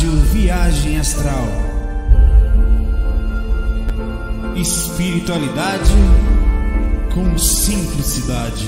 Rádio Viagem Astral. Espiritualidade com simplicidade.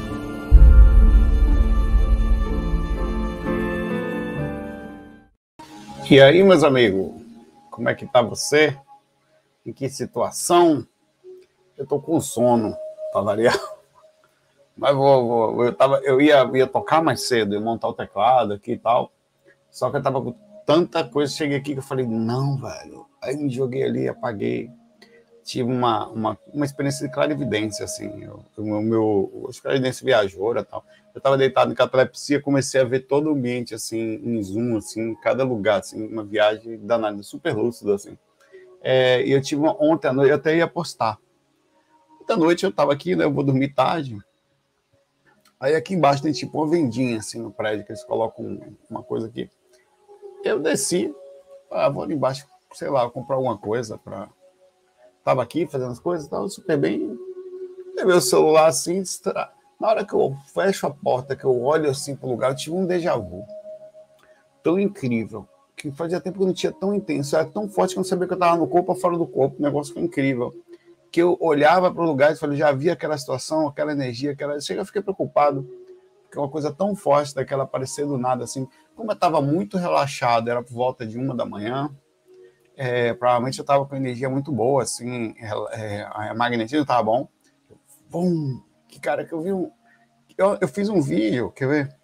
E aí, meus amigos, como é que tá você? Em que situação? Eu tô com sono, pra variar. Mas eu ia tocar mais cedo, ia montar o teclado aqui e tal. Só que eu tava com tanta coisa, cheguei aqui que eu falei, não, velho. Aí me joguei ali, apaguei. Tive uma experiência de clarividência, assim. Clarividência viajoura e tal. Eu tava deitado em catalepsia, comecei a ver todo o ambiente, assim, em zoom, assim, em cada lugar, assim, uma viagem danada, super lúcida, assim. E eu tive ontem à noite, eu até ia postar. Ontem à noite eu tava aqui, né, eu vou dormir tarde. Aí aqui embaixo tem tipo uma vendinha, assim, no prédio, que eles colocam uma coisa aqui. Eu desci, vou ali embaixo, sei lá, comprar alguma coisa para... Tava aqui fazendo as coisas, tava super bem. Levei o celular assim, na hora que eu fecho a porta, que eu olho assim pro lugar, eu tive um déjà vu. Tão incrível, que fazia tempo que eu não tinha tão intenso, era tão forte que eu não sabia que eu tava no corpo ou fora do corpo, o negócio foi incrível. Que eu olhava para o lugar e falei, já vi aquela situação, aquela energia, Chega, eu fiquei preocupado, porque uma coisa tão forte daquela aparecer do nada, assim, como eu estava muito relaxado, era por volta de 1 da manhã, provavelmente eu estava com energia muito boa, assim, a magnetismo estava bom. Bum! Que cara que eu vi eu fiz um vídeo, quer ver?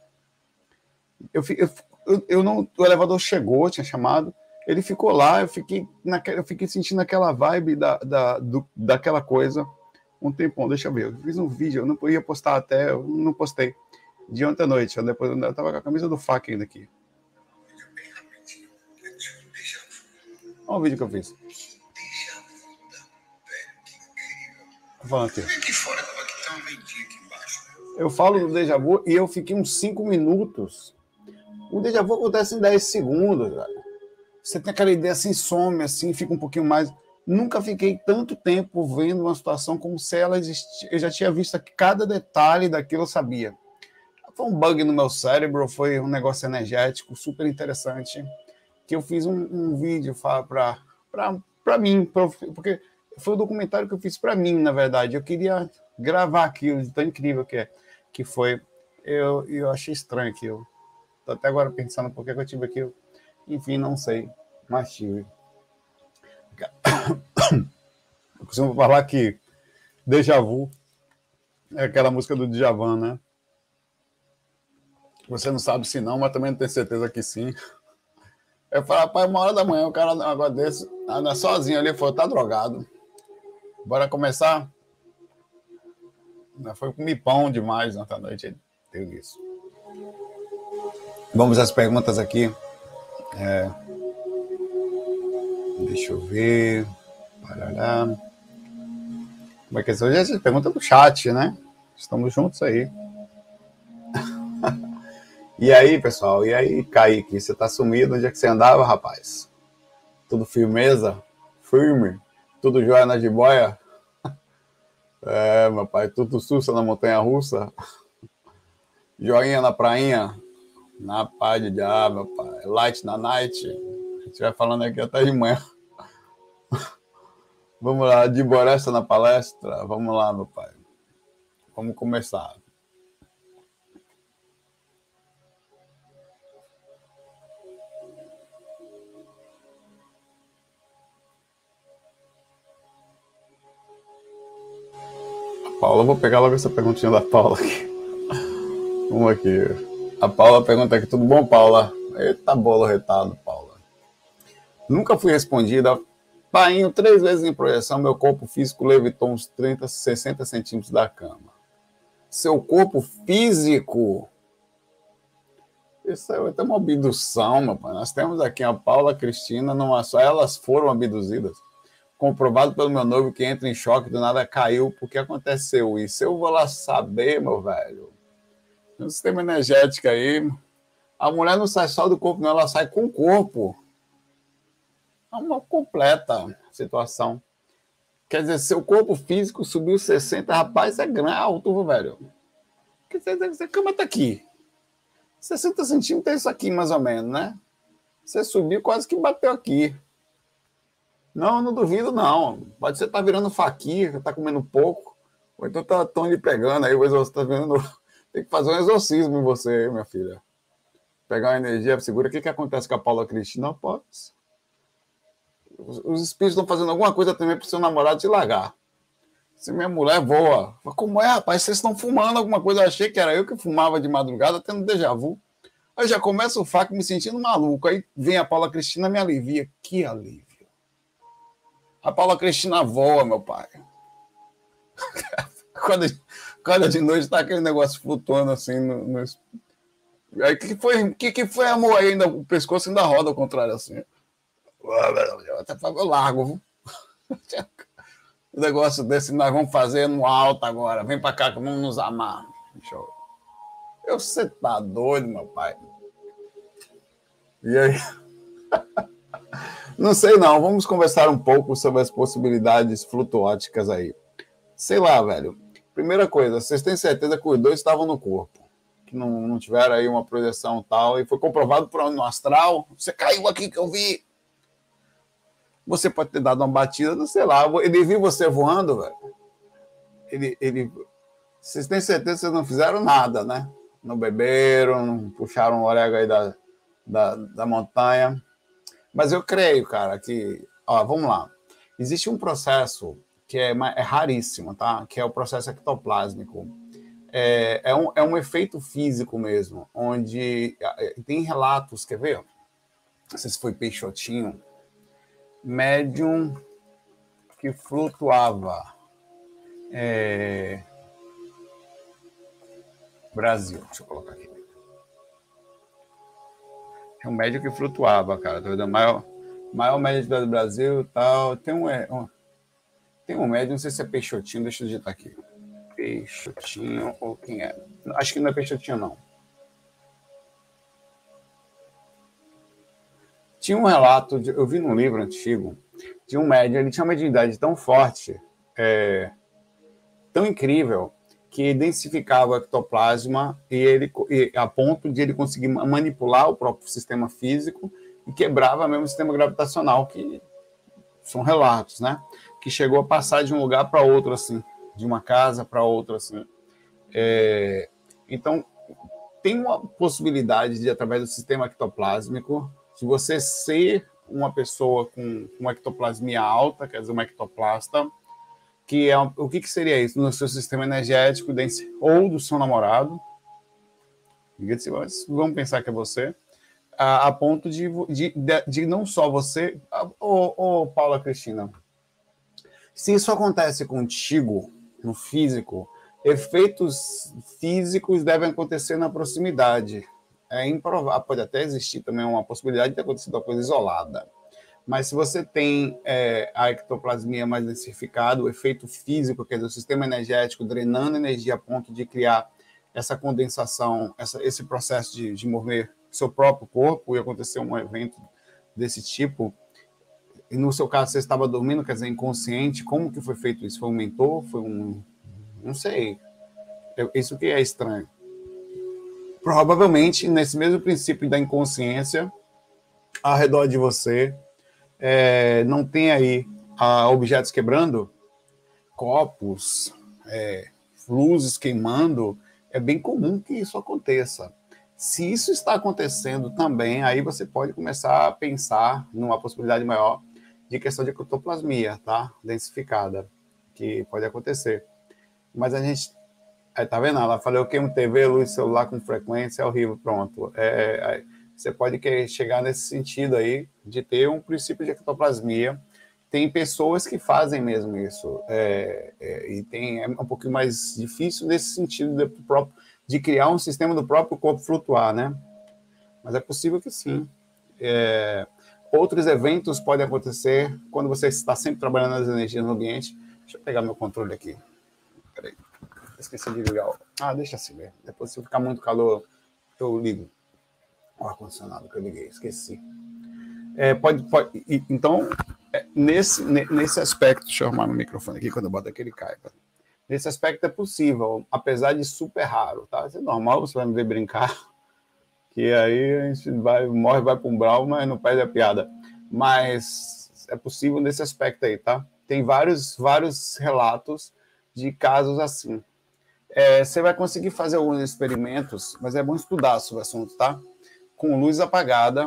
O elevador chegou, tinha chamado, ele ficou lá, eu fiquei sentindo aquela vibe daquela coisa um tempão. Deixa eu ver, eu fiz um vídeo, eu não ia postar até, eu não postei, de ontem à noite, depois eu tava com a camisa do FAC ainda aqui. Olha o vídeo que eu fiz. Tô falando aqui. Eu falo do déjà vu e eu fiquei uns 5 minutos. O déjà vu acontece em 10 segundos, velho. Você tem aquela ideia assim, some, assim, fica um pouquinho mais... Nunca fiquei tanto tempo vendo uma situação como se ela existisse. Eu já tinha visto cada detalhe daquilo, eu sabia. Foi um bug no meu cérebro, foi um negócio energético super interessante, que eu fiz um vídeo para mim, porque foi um documentário que eu fiz para mim, na verdade. Eu queria gravar aquilo, de tão incrível que foi. Eu achei estranho aquilo. Estou até agora pensando por que eu tive aquilo. Enfim, não sei, mas tive. Eu costumo falar que déjà vu é aquela música do Djavan, né? Você não sabe se não, mas também não tenho certeza que sim. Eu falo, rapaz, 1 hora da manhã, o cara agora desse, anda sozinho ali, falou, tá drogado. Bora começar? Foi comer pão demais ontem à noite, deu isso. Vamos às perguntas aqui. Deixa eu ver. Parará. Como é que é isso? Hoje é pergunta do chat, né? Estamos juntos aí. E aí, pessoal? E aí, Kaique? Você tá sumido? Onde é que você andava, rapaz? Tudo firmeza? Firme? Tudo jóia na jiboia? Meu pai, tudo sussa na montanha-russa? Joinha na prainha? Na paz de diabo, meu pai. Light na night? A gente vai falando aqui até de manhã. Vamos lá, de Boresta na palestra? Vamos lá, meu pai. Vamos começar. Paula, vou pegar logo essa perguntinha da Paula aqui. Vamos aqui. A Paula pergunta aqui, tudo bom, Paula? Eita, bolo retado, Paula. Nunca fui respondida. Painho, 3 vezes em projeção, meu corpo físico levitou uns 30, 60 centímetros da cama. Seu corpo físico? Isso é uma abdução, meu pai. Nós temos aqui a Paula, a Cristina, não é só elas foram abduzidas. Comprovado pelo meu noivo que entra em choque, do nada caiu, porque aconteceu isso. Eu vou lá saber, meu velho. No sistema energético aí, a mulher não sai só do corpo, não, ela sai com o corpo. É uma completa situação. Quer dizer, seu corpo físico subiu 60, rapaz, é grande, alto, velho. Quer dizer, a cama tá aqui. 60 centímetros é isso aqui, mais ou menos, né? Você subiu, quase que bateu aqui. Não, não duvido, não. Pode ser que tá virando faquinha, tá comendo pouco, ou então estão lhe pegando aí, tá vendo. Tem que fazer um exorcismo em você aí, minha filha. Pegar uma energia, segura. O que acontece com a Paula Cristina? Pode. Os espíritos estão fazendo alguma coisa também para o seu namorado te largar. Se minha mulher voa. Como é, rapaz? Vocês estão fumando alguma coisa? Eu achei que era eu que fumava de madrugada, tendo déjà vu. Aí já começa o faco me sentindo maluco. Aí vem a Paula Cristina me alivia. Que alívio. A Paula Cristina voa, meu pai. Cada de noite tá aquele negócio flutuando assim. Aí que foi, amor? Aí ainda, o pescoço ainda roda ao contrário assim. Até eu largo. O negócio desse nós vamos fazer no alto agora. Vem pra cá que vamos nos amar. Você tá doido, meu pai? E aí? Não sei não. Vamos conversar um pouco sobre as possibilidades flutuóticas aí. Sei lá, velho. Primeira coisa, vocês têm certeza que os dois estavam no corpo? Que não tiveram aí uma projeção tal, e foi comprovado no astral? Você caiu aqui que eu vi. Você pode ter dado uma batida, não sei lá. Ele viu você voando, velho. Vocês têm certeza que vocês não fizeram nada, né? Não beberam, não puxaram o orégano aí da montanha. Mas eu creio, cara, que... Ó, vamos lá. Existe um processo que é raríssimo, tá? Que é o processo ectoplásmico. É um efeito físico mesmo, onde tem relatos, quer ver? Não sei se foi Peixotinho, médium que flutuava. Brasil, deixa eu colocar aqui. É um médium que flutuava, cara. Tô vendo, maior médium do Brasil e tal. Tem um médium, não sei se é Peixotinho, deixa eu digitar aqui. Peixotinho ou quem é? Acho que não é Peixotinho, não. Tinha um relato, eu vi num livro antigo, de um médium, ele tinha uma mediunidade tão forte, tão incrível, que densificava o ectoplasma a ponto de ele conseguir manipular o próprio sistema físico e quebrava mesmo o sistema gravitacional, que são relatos, né? Que chegou a passar de um lugar para outro, assim, de uma casa para outra, assim. Então, tem uma possibilidade de, através do sistema ectoplásmico, de você ser uma pessoa com uma ectoplasmia alta, quer dizer, uma ectoplasta, que é o que seria isso? No seu sistema energético ou do seu namorado, vamos pensar que é você, a ponto de não só você... Paula Cristina, se isso acontece contigo, no físico, efeitos físicos devem acontecer na proximidade. É improvável, pode até existir também uma possibilidade de ter acontecido uma coisa isolada. Mas se você tem a ectoplasmia mais densificada, o efeito físico, quer dizer, o sistema energético drenando energia a ponto de criar essa condensação, esse processo de mover seu próprio corpo, e acontecer um evento desse tipo, e no seu caso você estava dormindo, quer dizer, inconsciente, como que foi feito isso? Foi um mentor? Foi um... Não sei. Isso que é estranho. Provavelmente, nesse mesmo princípio da inconsciência, ao redor de você, não tem aí objetos quebrando, copos, luzes queimando. É bem comum que isso aconteça. Se isso está acontecendo também, aí você pode começar a pensar numa possibilidade maior de questão de ectoplasmia, tá? Densificada, que pode acontecer. Mas a gente... tá vendo? Ela falou, eu queimo TV, luz celular com frequência, é horrível, pronto. Você pode chegar nesse sentido aí, de ter um princípio de ectoplasmia. Tem pessoas que fazem mesmo isso. E é um pouquinho mais difícil nesse sentido de criar um sistema do próprio corpo flutuar, né? Mas é possível que sim. Outros eventos podem acontecer quando você está sempre trabalhando nas energias no ambiente. Deixa eu pegar meu controle aqui. Peraí. Esqueci de ligar. Deixa assim, né? Depois, se ficar muito calor, eu ligo o ar-condicionado que eu liguei. Esqueci. Então, nesse aspecto... Deixa eu arrumar meu microfone aqui, quando eu boto aquele cai. Nesse aspecto é possível, apesar de super raro, tá? É normal, você vai me ver brincar, Que aí a gente morre, vai para um brau, mas não perde a piada. Mas é possível nesse aspecto aí, tá? Tem vários relatos de casos assim. Você vai conseguir fazer alguns experimentos, mas é bom estudar sobre o assunto, tá? Com luz apagada,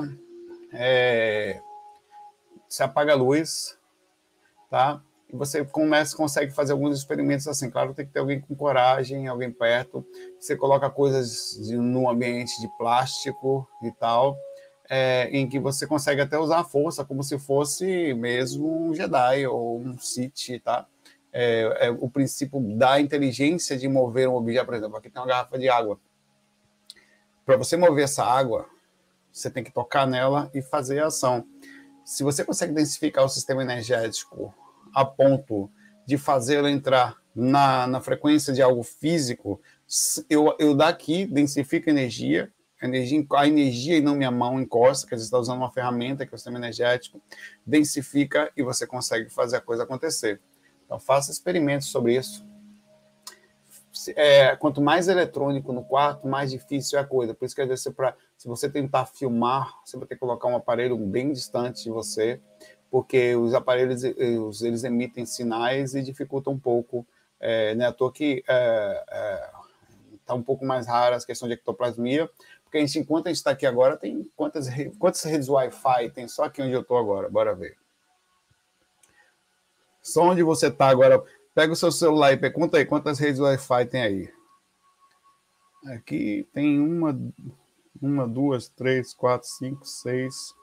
você apaga a luz, tá? E você consegue fazer alguns experimentos assim. Claro, tem que ter alguém com coragem, alguém perto. Você coloca coisas no ambiente de plástico e tal, em que você consegue até usar a força como se fosse mesmo um Jedi ou um Sith, tá? O princípio da inteligência de mover um objeto. Por exemplo, aqui tem uma garrafa de água. Para você mover essa água, você tem que tocar nela e fazer a ação. Se você consegue densificar o sistema energético a ponto de fazê-lo entrar na frequência de algo físico, eu daqui densifico a energia e não minha mão encosta, que você está usando uma ferramenta que é o sistema energético, densifica e você consegue fazer a coisa acontecer. Então, faça experimentos sobre isso. Quanto mais eletrônico no quarto, mais difícil é a coisa. Por isso que, às vezes, se você tentar filmar, você vai ter que colocar um aparelho bem distante de você, porque os aparelhos eles emitem sinais e dificultam um pouco. Né? À toa que está um pouco mais rara a questão de ectoplasmia, porque enquanto a gente está aqui agora, tem quantas redes Wi-Fi tem só aqui onde eu estou agora? Bora ver. Só onde você está agora. Pega o seu celular e pergunta aí quantas redes Wi-Fi tem aí. Aqui tem uma, 2, 3, 4, 5, 6,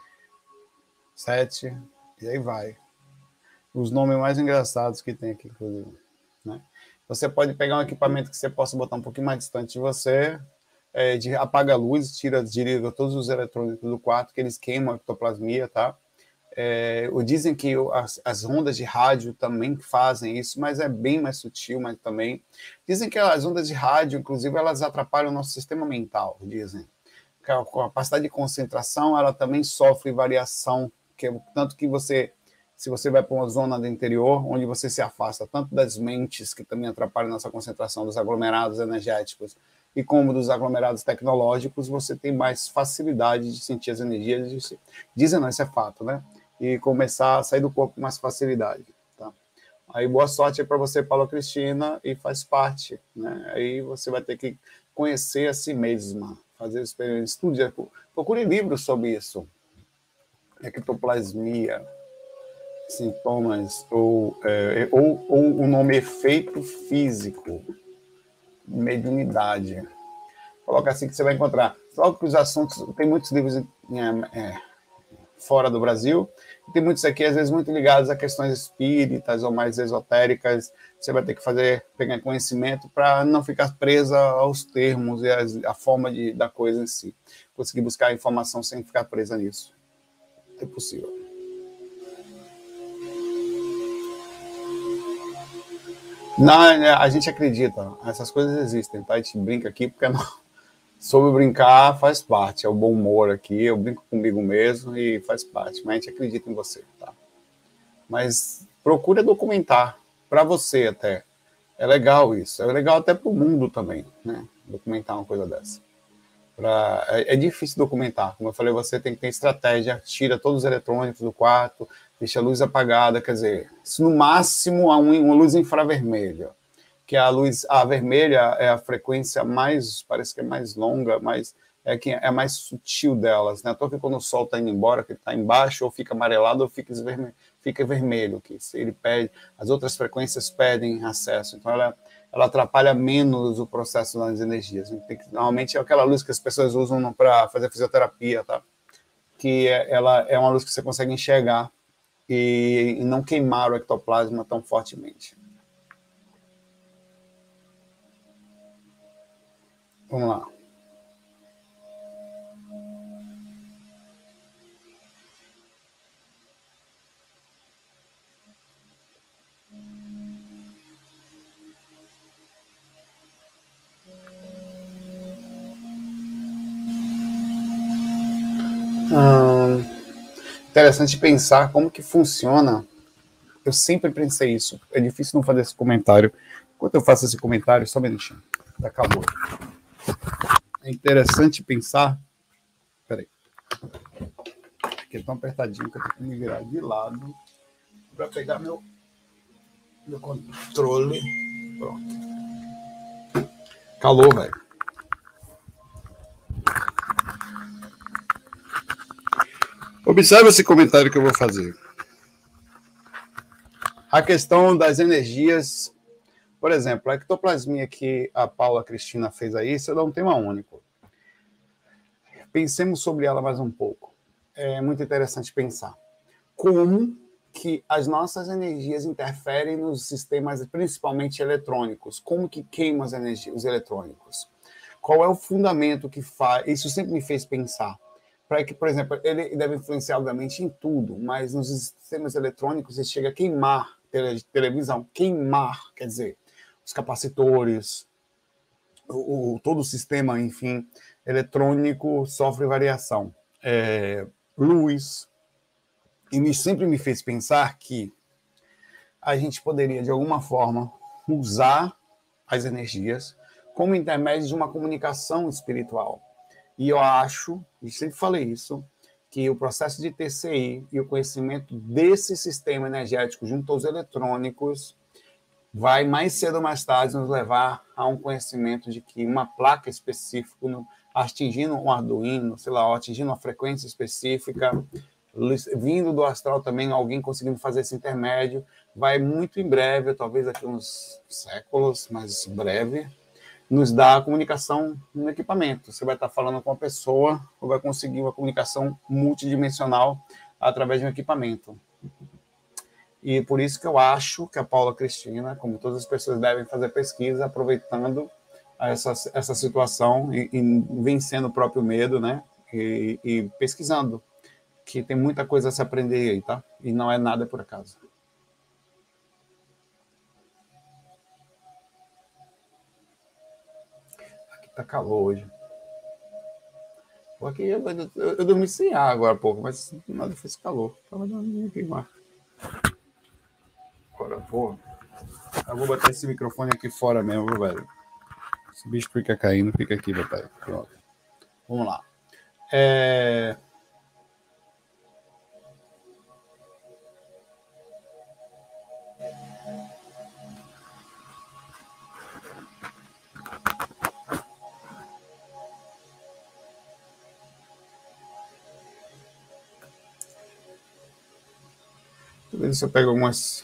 7, e aí vai. Os nomes mais engraçados que tem aqui, inclusive. Né? Você pode pegar um equipamento que você possa botar um pouquinho mais distante de você, apaga a luz, desliga todos os eletrônicos do quarto, que eles queimam a ectoplasmia, tá? Dizem que as ondas de rádio também fazem isso, mas é bem mais sutil, mas também... Dizem que as ondas de rádio, inclusive, elas atrapalham o nosso sistema mental, dizem. A capacidade de concentração, ela também sofre variação, tanto que se você vai para uma zona do interior, onde você se afasta tanto das mentes, que também atrapalham a nossa concentração, dos aglomerados energéticos, e como dos aglomerados tecnológicos, você tem mais facilidade de sentir as energias, dizem não, isso é fato, né? E começar a sair do corpo com mais facilidade. Tá? Aí boa sorte aí para você, Paula Cristina, e faz parte. Né? Aí você vai ter que conhecer a si mesma, fazer experiências, estude, procure livros sobre isso. Ectoplasmia, sintomas, ou o nome efeito físico, mediunidade. Coloca assim que você vai encontrar. Logo que os assuntos, tem muitos livros fora do Brasil, e tem muitos aqui, às vezes, muito ligados a questões espíritas ou mais esotéricas. Você vai ter que pegar conhecimento para não ficar presa aos termos e a forma da coisa em si. Conseguir buscar a informação sem ficar presa nisso. É possível. Não, a gente acredita, essas coisas existem, tá? A gente brinca aqui porque sobre brincar faz parte, é o bom humor aqui, eu brinco comigo mesmo e faz parte, mas a gente acredita em você, tá? Mas procura documentar, para você até. É legal isso, é legal até para o mundo também, né? Documentar uma coisa dessa. É difícil documentar, como eu falei, você tem que ter estratégia, tira todos os eletrônicos do quarto, deixa a luz apagada, quer dizer, no máximo uma luz infravermelha, que a vermelha é a frequência mais, parece que é mais longa, é mais sutil delas, né? Até que quando o sol está indo embora, que ele está embaixo, ou fica amarelado, ou fica vermelho, que ele pede, as outras frequências pedem acesso, então ela atrapalha menos o processo das energias. Normalmente é aquela luz que as pessoas usam para fazer fisioterapia, tá? Que ela é uma luz que você consegue enxergar e não queimar o ectoplasma tão fortemente. Vamos lá. Interessante pensar como que funciona. Eu sempre pensei isso. É difícil não fazer esse comentário. Enquanto eu faço esse comentário, só um minutinho. Acabou. é interessante pensar. Peraí. Aqui é tão apertadinho que eu tenho que me virar de lado para pegar meu controle. Pronto. Calor, velho. Observe esse comentário que eu vou fazer. A questão das energias, por exemplo, a ectoplasmia que a Paula Cristina fez aí, isso é um tema único. Pensemos sobre ela mais um pouco. É muito interessante pensar como que as nossas energias interferem nos sistemas, principalmente eletrônicos. Como que queimam as energias, os eletrônicos? Qual é o fundamento que faz? Isso sempre me fez pensar. Para que, por exemplo, ele deve influenciar, obviamente, em tudo, mas nos sistemas eletrônicos ele chega a queimar televisão, queimar, quer dizer, os capacitores, todo o sistema, enfim, eletrônico sofre variação. Luz. E sempre me fez pensar que a gente poderia, de alguma forma, usar as energias como intermédio de uma comunicação espiritual. E eu acho, e sempre falei isso, que o processo de TCI e o conhecimento desse sistema energético junto aos eletrônicos vai, mais cedo ou mais tarde, nos levar a um conhecimento de que uma placa específica, atingindo um Arduino, sei lá, atingindo uma frequência específica, vindo do astral também, alguém conseguindo fazer esse intermédio, vai muito em breve, talvez daqui a uns séculos, mas breve, nos dá a comunicação no equipamento. Você vai estar falando com uma pessoa ou vai conseguir uma comunicação multidimensional através de um equipamento. E por isso que eu acho que a Paula Cristina, como todas as pessoas, devem fazer pesquisa aproveitando essa situação e vencendo o próprio medo, né? E pesquisando, que tem muita coisa a se aprender aí, tá? E não é nada por acaso. Tá calor hoje. Aqui eu dormi sem ar agora há pouco, mas nada fez calor. Tava dormindo aqui, mas... Agora, porra. Eu vou botar esse microfone aqui fora mesmo, velho. Esse bicho fica caindo, fica aqui, papai. Pronto. Vamos lá. Deixa eu ver se eu pego algumas...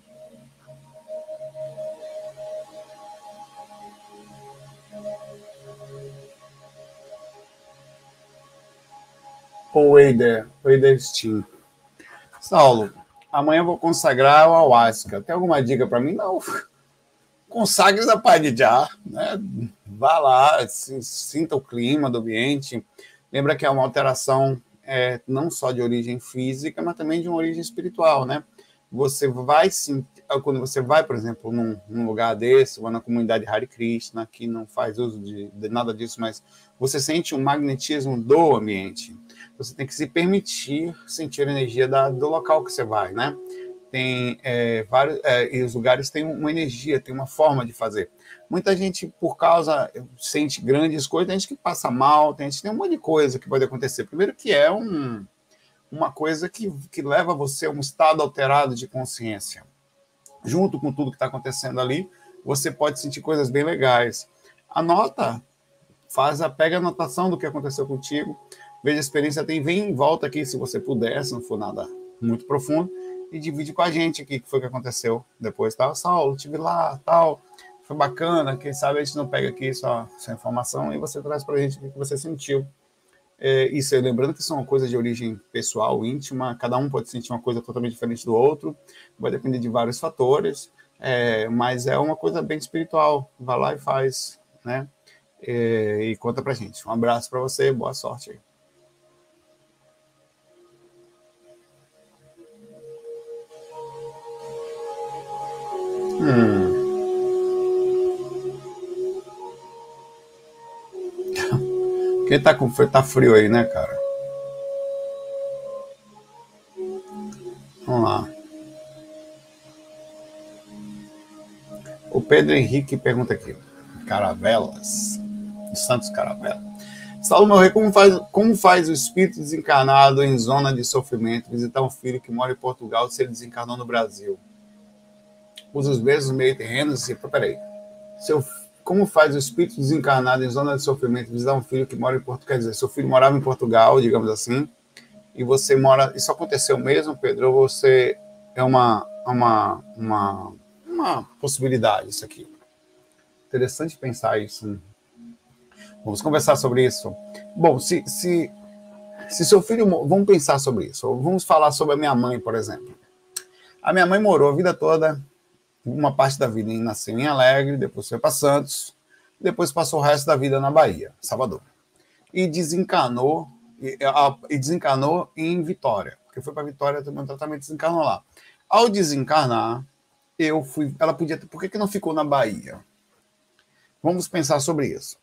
Oi, Steam. Saulo, amanhã eu vou consagrar o Ayahuasca. Tem alguma dica para mim? Não. Consagre da paz de já, né? Vá lá, sinta o clima do ambiente. Lembra que é uma alteração não só de origem física, mas também de uma origem espiritual, né? Você vai sentir, quando você vai, por exemplo, num lugar desse, ou na comunidade Hare Krishna, que não faz uso de nada disso, mas você sente um magnetismo do ambiente. Você tem que se permitir sentir a energia do local que você vai, né? Tem vários, e os lugares têm uma energia, tem uma forma de fazer. Muita gente, por causa, sente grandes coisas, tem gente que passa mal, tem um monte de coisa que pode acontecer. Primeiro que é uma coisa que leva você a um estado alterado de consciência. Junto com tudo que está acontecendo ali, você pode sentir coisas bem legais. Anota, pega a anotação do que aconteceu contigo, veja a experiência, vem em volta aqui, se você puder, se não for nada muito profundo, e divide com a gente aqui o que foi que aconteceu depois, tá? Saulo, estive lá, tal, foi bacana, quem sabe a gente não pega aqui sua informação e você traz para a gente o que você sentiu. Isso, lembrando que isso é uma coisa de origem pessoal, íntima, cada um pode sentir uma coisa totalmente diferente do outro, vai depender de vários fatores, mas é uma coisa bem espiritual, vai lá e faz, né? E conta pra gente. Um abraço para você, boa sorte aí. Quem tá frio aí, né, cara? Vamos lá. O Pedro Henrique pergunta aqui. Caravelas. de Santos Caravela. Saulo meu rei, como faz o espírito desencarnado em zona de sofrimento visitar um filho que mora em Portugal se ele desencarnou no Brasil? Usa os mesmos meios terrenos e... Peraí. Como faz o espírito desencarnado em zona de sofrimento visitar um filho que mora em Portugal? Quer dizer, seu filho morava em Portugal, digamos assim, e você mora... Isso aconteceu mesmo, Pedro? Ou você... É uma possibilidade isso aqui? Interessante pensar isso, né? Vamos conversar sobre isso. Bom, se seu filho... Vamos pensar sobre isso. Vamos falar sobre a minha mãe, por exemplo. A minha mãe morou a vida toda, uma parte da vida nasceu em Alegre, depois foi para Santos, depois passou o resto da vida na Bahia, Salvador. E desencanou em Vitória, porque foi para Vitória, tomou um tratamento, desencarnou lá. Ao desencarnar, ela podia ter... Por que não ficou na Bahia? Vamos pensar sobre isso.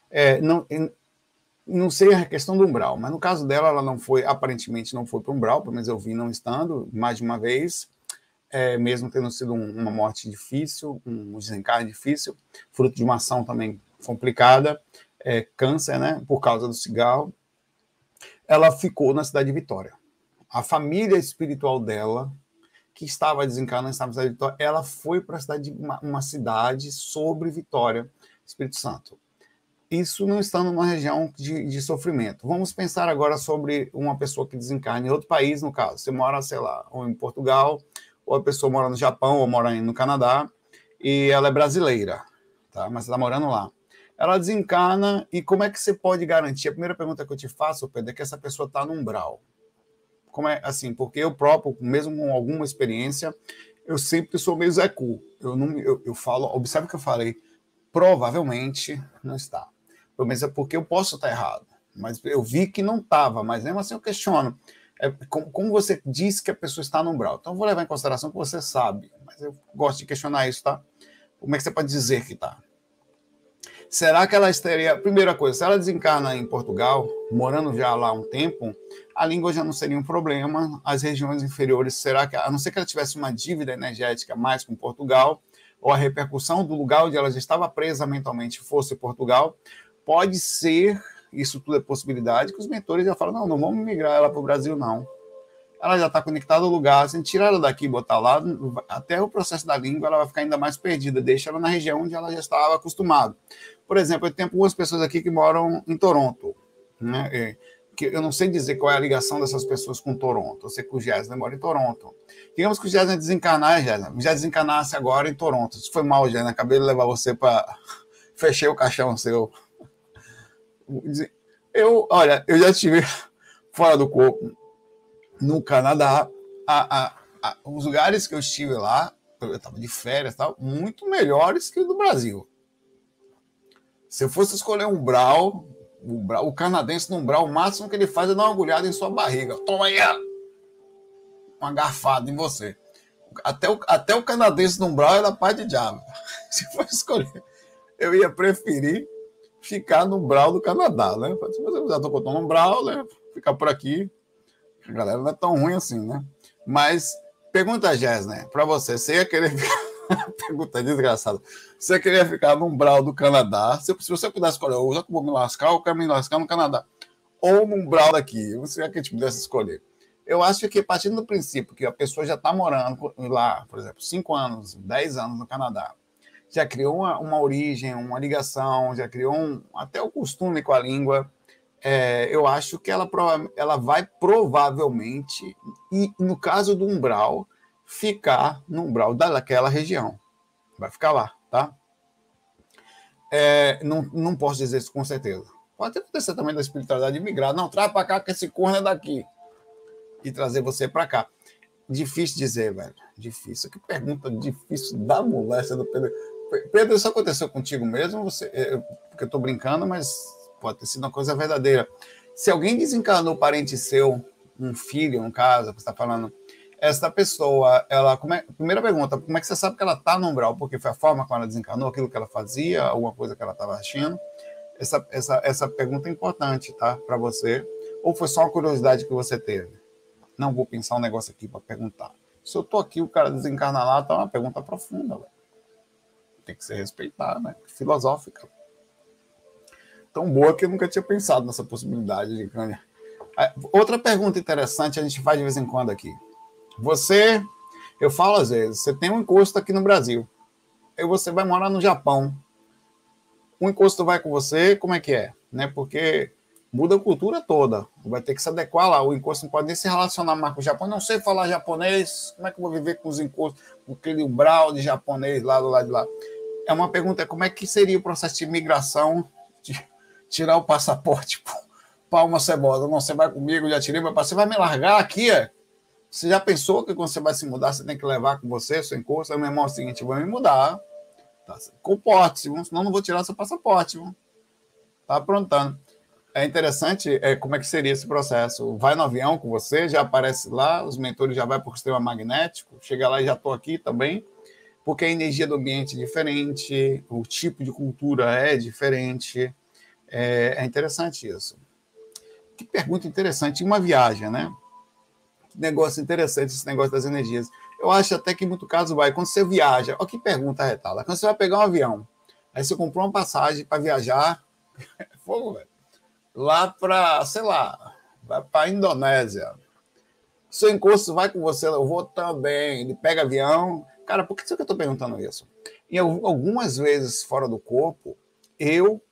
Não sei a questão do umbral, mas no caso dela, ela não foi, aparentemente não foi para o umbral, pelo menos eu vi não estando mais de uma vez, mesmo tendo sido uma morte difícil, um desencarne difícil, fruto de uma ação também complicada, câncer, né, por causa do cigarro. Ela ficou na cidade de Vitória. A família espiritual dela, que estava desencarnando, estava na cidade de Vitória, ela foi para uma cidade sobre Vitória, Espírito Santo. Isso não estando numa região de sofrimento. Vamos pensar agora sobre uma pessoa que desencarna em outro país, no caso. Você mora, sei lá, ou em Portugal, ou a pessoa mora no Japão, ou mora no Canadá, e ela é brasileira, tá? Mas está morando lá. Ela desencarna, e como é que você pode garantir? A primeira pergunta que eu te faço, Pedro, é que essa pessoa está no umbral. Como é assim? Porque eu próprio, mesmo com alguma experiência, eu sempre sou meio Zé Cu. Eu falo, observe o que eu falei, provavelmente não está. Pelo menos é porque eu posso estar errado. Mas eu vi que não estava, mas mesmo assim eu questiono. Como você disse que a pessoa está no umbral? Então eu vou levar em consideração que você sabe, mas eu gosto de questionar isso, tá? Como é que você pode dizer que está? Será que ela estaria... Primeira coisa, se ela desencarna em Portugal, morando já lá há um tempo, a língua já não seria um problema, as regiões inferiores, será que, a não ser que ela tivesse uma dívida energética mais com Portugal, ou a repercussão do lugar onde ela já estava presa mentalmente fosse Portugal, pode ser, isso tudo é possibilidade, que os mentores já falam, não vamos migrar ela para o Brasil, não. Ela já está conectada ao lugar, se tirar ela daqui e botar lá, até o processo da língua ela vai ficar ainda mais perdida, deixa ela na região onde ela já estava acostumada. Por exemplo, eu tenho algumas pessoas aqui que moram em Toronto, né? Que eu não sei dizer qual é a ligação dessas pessoas com Toronto, eu sei que o Gésner mora em Toronto. Digamos que o Gésner desencarnar, já desencarnasse agora em Toronto. Isso foi mal, Gésner, acabei de levar você para... Fechei o caixão seu. Olha, eu já estive fora do corpo, no Canadá, os lugares que eu estive lá, eu estava de férias, muito melhores que o do Brasil. Se eu fosse escolher um umbral, o canadense no umbral, o máximo que ele faz é dar uma agulhada em sua barriga. Toma aí uma garfada em você. Até o canadense no umbral é da paz de diabo. Se for escolher, eu ia preferir ficar no umbral do Canadá, né? Mas eu já estou no umbral, né? Ficar por aqui. A galera não é tão ruim assim, né? Mas, pergunta, Gésner, para você, você ia querer ficar... Pergunta desgraçada. Você queria ficar no umbral do Canadá? Se você pudesse escolher, já que eu vou me lascar, eu quero me lascar no Canadá. Ou no umbral daqui, você quer que a gente pudesse escolher. Eu acho que, partindo do princípio que a pessoa já está morando lá, por exemplo, 5 anos, 10 anos no Canadá, já criou uma origem, uma ligação, já criou até o costume com a língua, eu acho que ela vai provavelmente, e no caso do umbral, ficar no umbral daquela região. Vai ficar lá, tá? Não posso dizer isso com certeza. Pode acontecer também da espiritualidade migrar. Não, traz para cá que esse corno é daqui. E trazer você para cá. Difícil dizer, velho. Difícil. Que pergunta difícil da moléstia do Pedro. Pedro, isso aconteceu contigo mesmo? Porque eu estou brincando, mas pode ter sido uma coisa verdadeira. Se alguém desencarnou parente seu, um filho, no caso, que você está falando, essa pessoa, primeira pergunta, como é que você sabe que ela está no umbral? Porque foi a forma como ela desencarnou, aquilo que ela fazia, alguma coisa que ela estava agindo? Essa pergunta é importante, tá? Para você. Ou foi só uma curiosidade que você teve? Não vou pensar um negócio aqui para perguntar. Se eu estou aqui, o cara desencarna lá, tá uma pergunta profunda, velho. Tem que ser respeitada, né? Filosófica. tão boa que eu nunca tinha pensado nessa possibilidade de ganhar. Outra pergunta interessante a gente faz de vez em quando aqui. Eu falo às vezes, você tem um encosto aqui no Brasil, aí você vai morar no Japão. O encosto vai com você, como é que é? Né? Porque muda a cultura toda. Vai ter que se adequar lá. O encosto não pode nem se relacionar mais com o Japão. Não sei falar japonês, como é que eu vou viver com os encostos, com aquele umbral de japonês lá do lado de lá? É uma pergunta, como é que seria o processo de imigração, de tirar o passaporte para uma cebola? Não, você vai comigo, já tirei meu passaporte, você vai me largar aqui, é? Você já pensou que quando você vai se mudar, você tem que levar com você seu encosto? Aí, meu irmão, é o seguinte, vou me mudar. Tá? Comporte-se, senão não vou tirar seu passaporte. Tá aprontando. É interessante como é que seria esse processo. Vai no avião com você, já aparece lá, os mentores já vai para o sistema magnético, chega lá e já estou aqui também, porque a energia do ambiente é diferente, o tipo de cultura é diferente. É interessante isso. Que pergunta interessante. Uma viagem, né? Que negócio interessante esse negócio das energias. Eu acho até que em muito caso vai. Quando você viaja, olha que pergunta retada. Quando você vai pegar um avião, aí você comprou uma passagem para viajar, fogo, velho. Lá para, sei lá, vai para a Indonésia. Seu encosto vai com você, eu vou também. Ele pega avião. Cara, por que eu estou perguntando isso? E algumas vezes fora do corpo, eu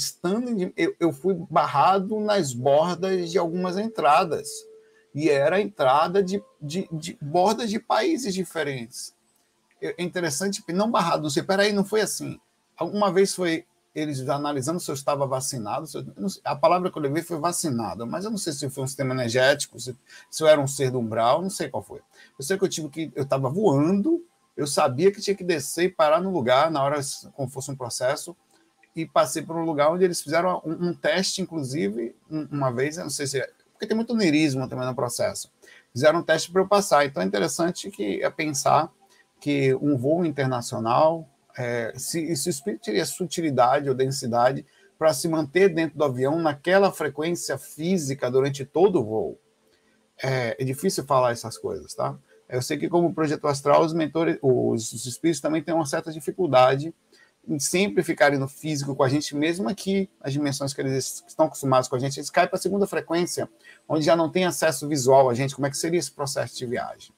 fui barrado nas bordas de algumas entradas. E era a entrada de bordas de países diferentes. É interessante, não barrado, não sei, peraí, não foi assim. Uma vez foi eles analisando se eu estava vacinado, a palavra que eu levei foi vacinado, mas eu não sei se foi um sistema energético, se eu era um ser do umbral, não sei qual foi. Eu sei que eu estava voando, eu sabia que tinha que descer e parar no lugar, na hora, como fosse um processo, e passei por um lugar onde eles fizeram um teste, inclusive, uma vez, eu não sei se porque tem muito lirismo também no processo. Fizeram um teste para eu passar. Então é interessante pensar que um voo internacional, se o espírito teria sutilidade ou densidade para se manter dentro do avião naquela frequência física durante todo o voo. É difícil falar essas coisas, tá? Eu sei que como projetor astral, os espíritos também têm uma certa dificuldade em sempre ficarem no físico com a gente, mesmo aqui, as dimensões que eles estão acostumados com a gente, eles caem para a segunda frequência, onde já não tem acesso visual a gente. Como é que seria esse processo de viagem?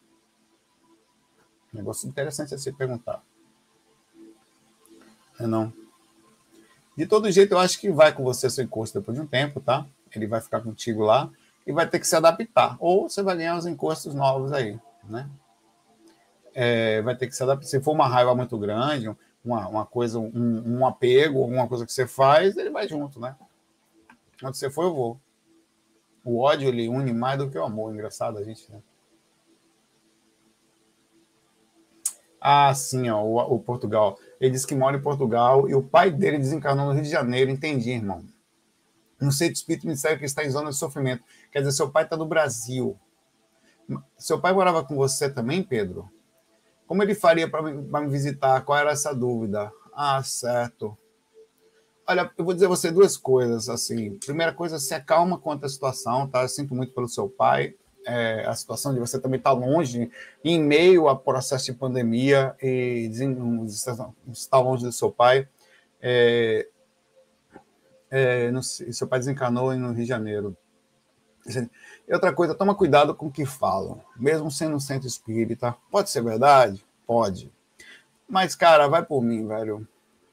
Negócio interessante a se perguntar. Não. De todo jeito, eu acho que vai com você seu encosto depois de um tempo, tá? Ele vai ficar contigo lá e vai ter que se adaptar. Ou você vai ganhar os encostos novos aí, né? Vai ter que se adaptar. Se for uma raiva muito grande, uma coisa, um apego, alguma coisa que você faz, ele vai junto, né? Onde você for, eu vou. O ódio, ele une mais do que o amor. Engraçado a gente, né? Ah, sim, ó, o Portugal. Ele disse que mora em Portugal e o pai dele desencarnou no Rio de Janeiro. Entendi, irmão. No centro espírita me disseram que está em zona de sofrimento. Quer dizer, seu pai está no Brasil. Seu pai morava com você também, Pedro? Como ele faria para me visitar? Qual era essa dúvida? Ah, certo. Olha, eu vou dizer a você duas coisas. Assim, primeira coisa, se acalma quanto à situação, tá? Eu sinto muito pelo seu pai. A situação de você também estar longe, em meio a processo de pandemia, e estar longe do seu pai. Seu pai desencarnou no Rio de Janeiro. E outra coisa, toma cuidado com o que falam, mesmo sendo um centro espírita. Pode ser verdade? Pode. Mas, cara, vai por mim, velho.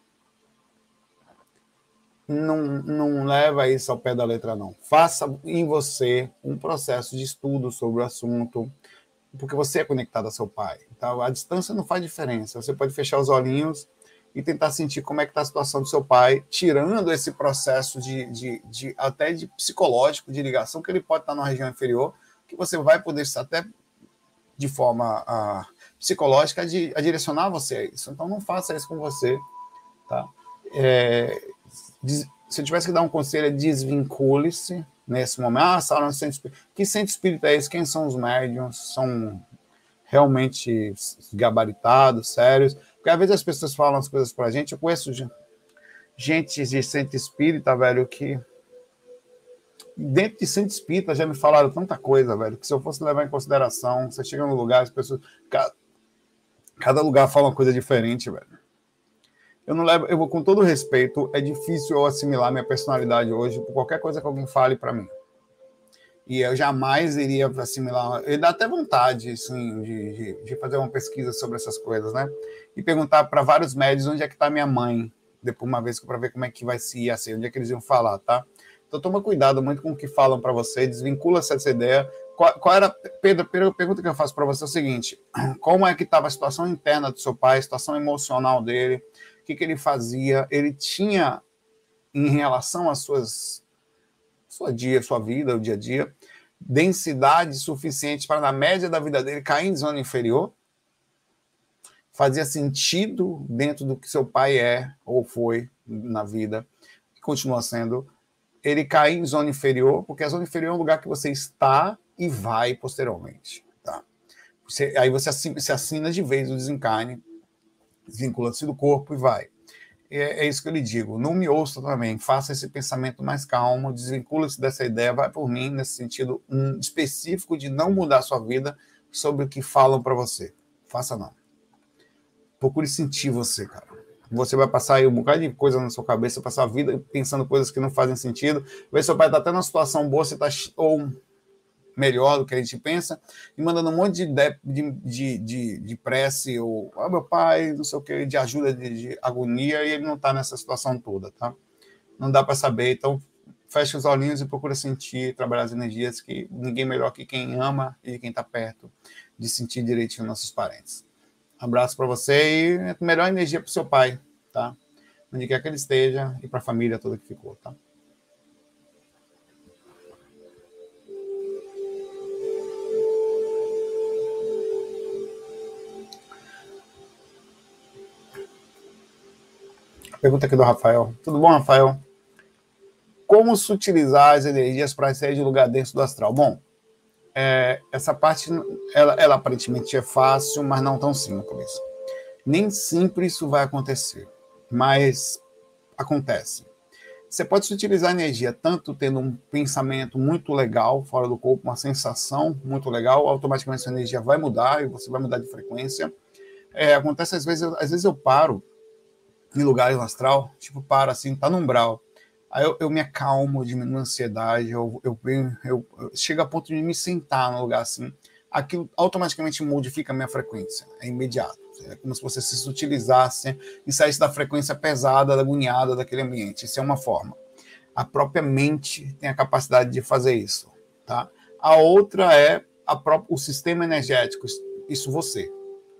Não leva isso ao pé da letra, não. Faça em você um processo de estudo sobre o assunto, porque você é conectado a seu pai. Então, a distância não faz diferença. Você pode fechar os olhinhos e tentar sentir como é que está a situação do seu pai, tirando esse processo até de psicológico, de ligação, que ele pode estar numa região inferior, que você vai poder até de forma psicológica a direcionar você a isso. Então, não faça isso com você, tá? Se eu tivesse que dar um conselho, desvincule-se nesse momento. Sauron, que centro espírita é esse? Quem são os médiums? São realmente gabaritados, sérios? Porque às vezes as pessoas falam as coisas pra gente. Eu conheço gente de centro espírita, velho, que dentro de centro espírita já me falaram tanta coisa, velho, que se eu fosse levar em consideração, você chega no lugar, as pessoas... Cada lugar fala uma coisa diferente, velho. Eu não levo, eu vou com todo respeito, é difícil eu assimilar minha personalidade hoje por qualquer coisa que alguém fale para mim. E eu jamais iria assimilar. E dá até vontade, assim, de fazer uma pesquisa sobre essas coisas, né? E perguntar para vários médios onde é que está minha mãe, depois uma vez para ver como é que vai se assim, onde é que eles iam falar, tá? Então toma cuidado muito com o que falam para você, desvincula-se dessa ideia. Qual era, Pedro, a pergunta que eu faço para você é o seguinte: como é que estava a situação interna do seu pai, a situação emocional dele, o que ele fazia? Ele tinha, em relação às sua vida, o dia a dia, densidade suficiente para, na média da vida dele, cair em zona inferior? Fazia sentido dentro do que seu pai é ou foi na vida, e continua sendo, ele cair em zona inferior, porque a zona inferior é um lugar que você está e vai posteriormente. Tá? Aí você se assina de vez o desencarne, desvincula-se do corpo e vai. É isso que eu lhe digo. Não me ouça também. Faça esse pensamento mais calmo, desvincula-se dessa ideia, vai por mim, nesse sentido específico de não mudar a sua vida sobre o que falam para você. Faça não. Procure sentir você, cara. Você vai passar aí um bocado de coisa na sua cabeça, passar a vida pensando coisas que não fazem sentido. Ver seu pai está até numa situação boa, você está ou melhor do que a gente pensa, e mandando um monte de prece, ou meu pai, não sei o que, de ajuda, de agonia, e ele não está nessa situação toda, tá? Não dá para saber, então feche os olhinhos e procura sentir, trabalhar as energias, que ninguém melhor que quem ama e quem está perto de sentir direitinho nossos parentes. Um abraço para você e melhor energia para o seu pai, tá? Onde quer que ele esteja, e para a família toda que ficou, tá? Pergunta aqui do Rafael. Tudo bom, Rafael? Como se utilizar as energias para sair de lugar dentro do astral? Bom, essa parte, ela aparentemente é fácil, mas não tão simples. Nem sempre isso vai acontecer, mas acontece. Você pode se utilizar a energia tanto tendo um pensamento muito legal fora do corpo, uma sensação muito legal, automaticamente sua energia vai mudar e você vai mudar de frequência. Acontece às vezes eu paro em lugares no astral, tipo, para assim, tá no umbral. Aí eu me acalmo, diminuo a ansiedade, eu chego a ponto de me sentar num lugar assim. Aquilo automaticamente modifica a minha frequência, é imediato. É como se você se utilizasse e saísse da frequência pesada, da agoniada daquele ambiente. Isso é uma forma. A própria mente tem a capacidade de fazer isso. Tá? A outra é o sistema energético, isso você.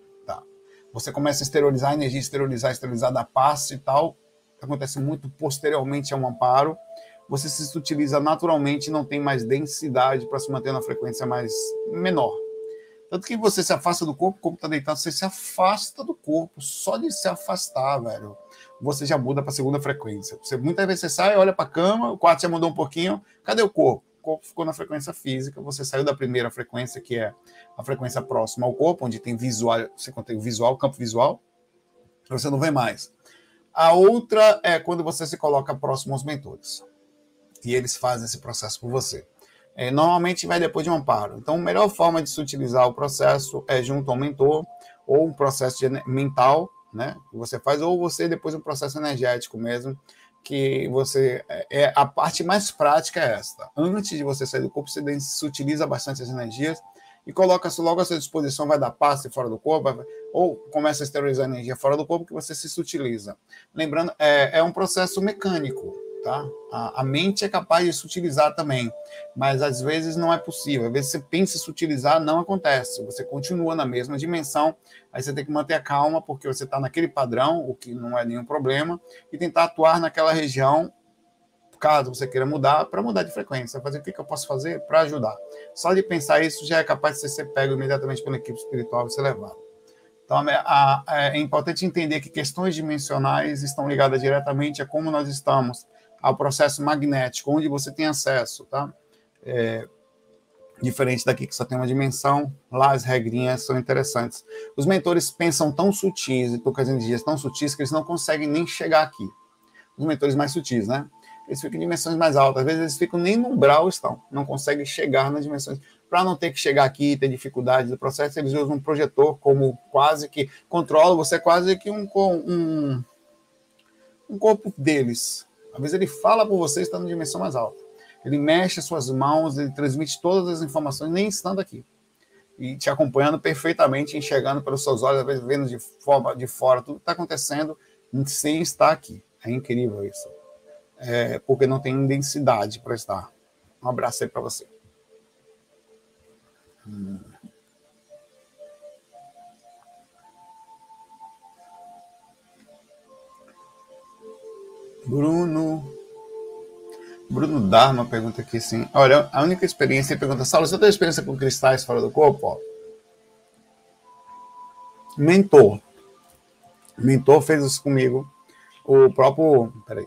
Você começa a exteriorizar a energia, exteriorizar da paz e tal, acontece muito posteriormente a um amparo, você se utiliza naturalmente e não tem mais densidade para se manter na frequência mais menor. Tanto que você se afasta do corpo, o corpo está deitado, você se afasta do corpo, só de se afastar, velho, você já muda para a segunda frequência. Muitas vezes você sai, olha para a cama, o quarto já mudou um pouquinho, cadê o corpo? O corpo ficou na frequência física, você saiu da primeira frequência, que é a frequência próxima ao corpo, onde tem visual, você contém o visual, campo visual, você não vê mais. A outra é quando você se coloca próximo aos mentores, e eles fazem esse processo por você. Normalmente vai depois de um amparo. Então, a melhor forma de se utilizar o processo é junto ao mentor, ou um processo mental, né, que você faz, ou você depois um processo energético mesmo, que você a parte mais prática é esta. Antes de você sair do corpo, você se utiliza bastante as energias e coloca-se logo à sua disposição, vai dar passe fora do corpo, ou começa a esterilizar a energia fora do corpo, que você se utiliza. Lembrando, é um processo mecânico, tá? A mente é capaz de se utilizar também, mas às vezes não é possível. Às vezes você pensa em se utilizar, não acontece. Você continua na mesma dimensão, aí você tem que manter a calma, porque você está naquele padrão, o que não é nenhum problema, e tentar atuar naquela região, caso você queira mudar, para mudar de frequência, fazer o que eu posso fazer para ajudar. Só de pensar isso já é capaz de você ser pego imediatamente pela equipe espiritual e ser levado. Então, é importante entender que questões dimensionais estão ligadas diretamente a como nós estamos, ao processo magnético, onde você tem acesso, tá? Diferente daqui que só tem uma dimensão, lá as regrinhas são interessantes. Os mentores pensam tão sutis e tocam as energias tão sutis que eles não conseguem nem chegar aqui. Os mentores mais sutis, né? Eles ficam em dimensões mais altas. Às vezes eles ficam nem no umbral estão, não conseguem chegar nas dimensões. Para não ter que chegar aqui e ter dificuldades do processo, eles usam um projetor como quase que controla, você é quase que um um corpo deles. Às vezes ele fala por você, está na dimensão mais alta. Ele mexe as suas mãos, ele transmite todas as informações, nem estando aqui. E te acompanhando perfeitamente, enxergando pelos seus olhos, às vezes vendo de fora tudo que está acontecendo, sem estar aqui. É incrível isso. Porque não tem densidade para estar. Um abraço aí para você. Bruno Dharma pergunta aqui assim. Olha, a única experiência, ele pergunta, Saulo, você tem experiência com cristais fora do corpo? Ó, mentor fez isso comigo. O próprio... Peraí.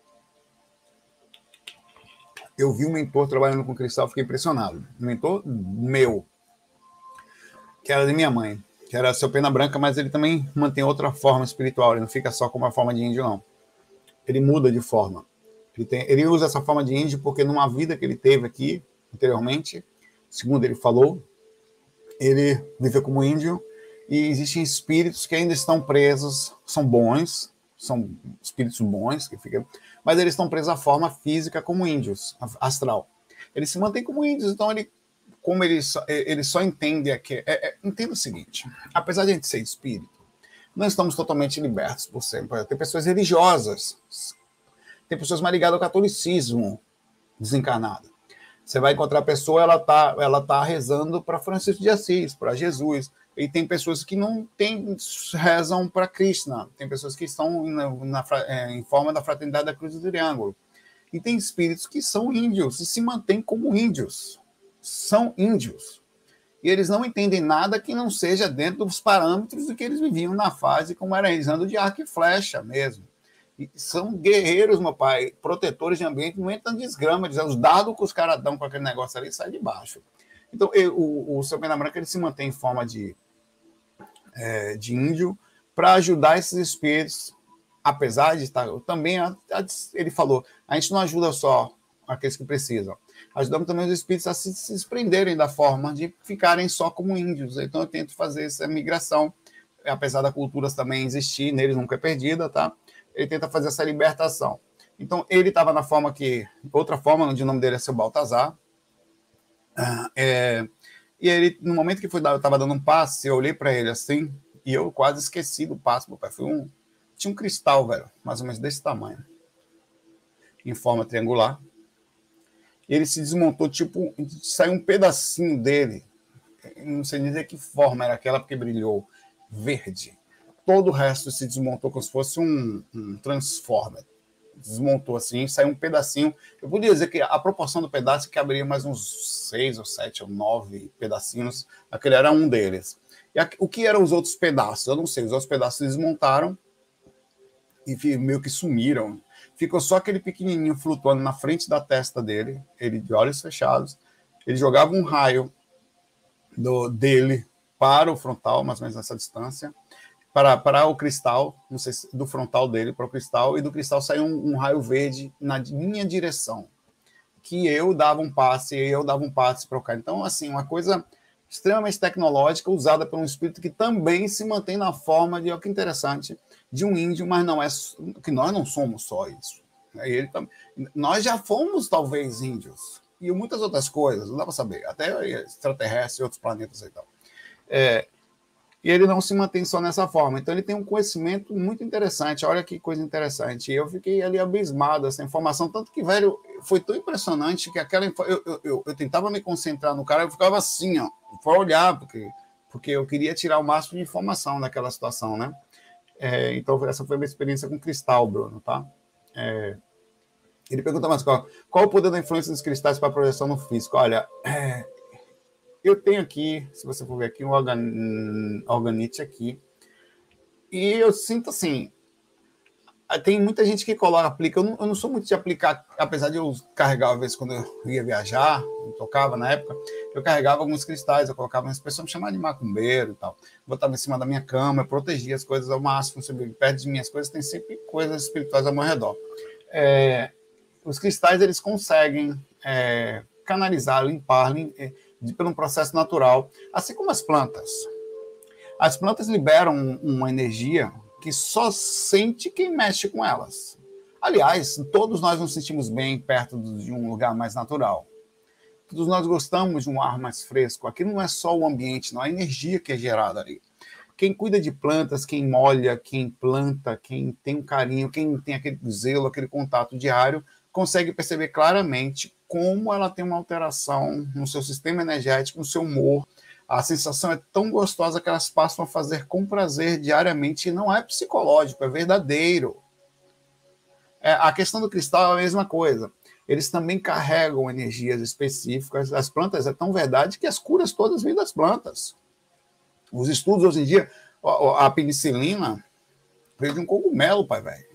Eu vi um mentor trabalhando com cristal, fiquei impressionado. Um mentor meu, que era de minha mãe, que era seu pena branca, mas ele também mantém outra forma espiritual, ele não fica só com uma forma de índio, não. Ele muda de forma. Ele usa essa forma de índio porque numa vida que ele teve aqui, anteriormente, segundo ele falou, ele viveu como índio e existem espíritos que ainda estão presos, são bons, são espíritos bons, mas eles estão presos à forma física como índios, astral. Eles se mantêm como índios, então ele só entende aqui. Entenda o seguinte, apesar de a gente ser espírito, não estamos totalmente libertos por sempre. Tem pessoas religiosas, tem pessoas mais ligadas ao catolicismo, desencarnada. Você vai encontrar a pessoa, ela tá rezando para Francisco de Assis, para Jesus. E tem pessoas que não rezam para Krishna. Tem pessoas que estão em forma da fraternidade da Cruz do Triângulo. E tem espíritos que são índios e se mantêm como índios. São índios. E eles não entendem nada que não seja dentro dos parâmetros do que eles viviam na fase, como era rezando de arco e flecha mesmo. E são guerreiros, meu pai, protetores de ambiente, não entram desgrama, dizendo os dados que os caras dão com aquele negócio ali sai de baixo. Então, o seu Pena Branca ele se mantém em forma de índio para ajudar esses espíritos, apesar de estar. Também, ele falou, a gente não ajuda só aqueles que precisam, ajudamos também os espíritos a se desprenderem da forma de ficarem só como índios. Então, eu tento fazer essa migração, apesar da cultura também existir, neles nunca é perdida, tá? Ele tenta fazer essa libertação. Então, ele estava na forma que... Outra forma, onde o nome dele é seu Baltazar. E ele, no momento que eu estava dando um passe, eu olhei para ele assim, e eu quase esqueci do passe, meu pai. Tinha um cristal, velho, mais ou menos desse tamanho, em forma triangular. E ele se desmontou, tipo, saiu um pedacinho dele. Não sei dizer que forma era aquela, porque brilhou verde. Todo o resto se desmontou como se fosse um Transformer. Desmontou assim, saiu um pedacinho. Eu podia dizer que a proporção do pedaço caberia mais uns 6 ou 7 ou 9 pedacinhos. Aquele era um deles. E o que eram os outros pedaços? Eu não sei. Os outros pedaços se desmontaram e meio que sumiram. Ficou só aquele pequenininho flutuando na frente da testa dele, ele de olhos fechados. Ele jogava um raio dele para o frontal, mais ou menos nessa distância, para o cristal, não sei se do frontal dele para o cristal, e do cristal saiu um raio verde na minha direção, que eu dava um passe para o cara. Então, assim, uma coisa extremamente tecnológica, usada por um espírito que também se mantém na forma de, olha que interessante, de um índio, mas não é que nós não somos só isso. Nós já fomos, talvez, índios, e muitas outras coisas, não dá para saber, até extraterrestres e outros planetas e tal. E ele não se mantém só nessa forma. Então, ele tem um conhecimento muito interessante. Olha que coisa interessante. E eu fiquei ali abismado, essa informação. Tanto que, velho, foi tão impressionante que eu tentava me concentrar no cara, eu ficava assim, ó, para olhar, porque eu queria tirar o máximo de informação daquela situação, né? Então, essa foi a minha experiência com cristal, Bruno, tá? Ele pergunta mais qual o poder da influência dos cristais para a projeção no físico? Olha, eu tenho aqui, se você for ver aqui, um organite aqui. E eu sinto assim, tem muita gente que aplica. Eu não sou muito de aplicar, apesar de eu carregar, às vezes, quando eu ia viajar, eu tocava na época, eu carregava alguns cristais, eu colocava umas pessoas me chamavam de macumbeiro e tal. Botava em cima da minha cama, eu protegia as coisas ao máximo, perto de minhas coisas tem sempre coisas espirituais ao meu redor. Os cristais, eles conseguem canalizar, limpar, pelo processo natural, assim como as plantas. As plantas liberam uma energia que só sente quem mexe com elas. Aliás, todos nós nos sentimos bem perto de um lugar mais natural. Todos nós gostamos de um ar mais fresco. Aqui não é só o ambiente, não é a energia que é gerada ali. Quem cuida de plantas, quem molha, quem planta, quem tem um carinho, quem tem aquele zelo, aquele contato diário, consegue perceber claramente como ela tem uma alteração no seu sistema energético, no seu humor. A sensação é tão gostosa que elas passam a fazer com prazer diariamente, e não é psicológico, é verdadeiro. A questão do cristal é a mesma coisa. Eles também carregam energias específicas. As plantas é tão verdade que as curas todas vêm das plantas. Os estudos hoje em dia, a penicilina veio de um cogumelo, pai velho.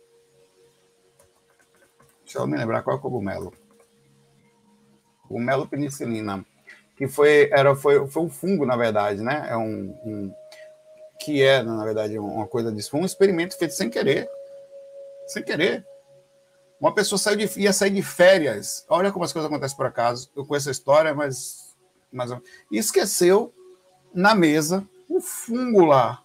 Deixa eu me lembrar qual é o cogumelo. Cogumelo penicilina, que foi um fungo, na verdade, né? Que é, na verdade, uma coisa disso. Foi um experimento feito sem querer. Sem querer. Uma pessoa ia sair de férias. Olha como as coisas acontecem por acaso. Eu conheço a história, mas e esqueceu na mesa o fungo lá.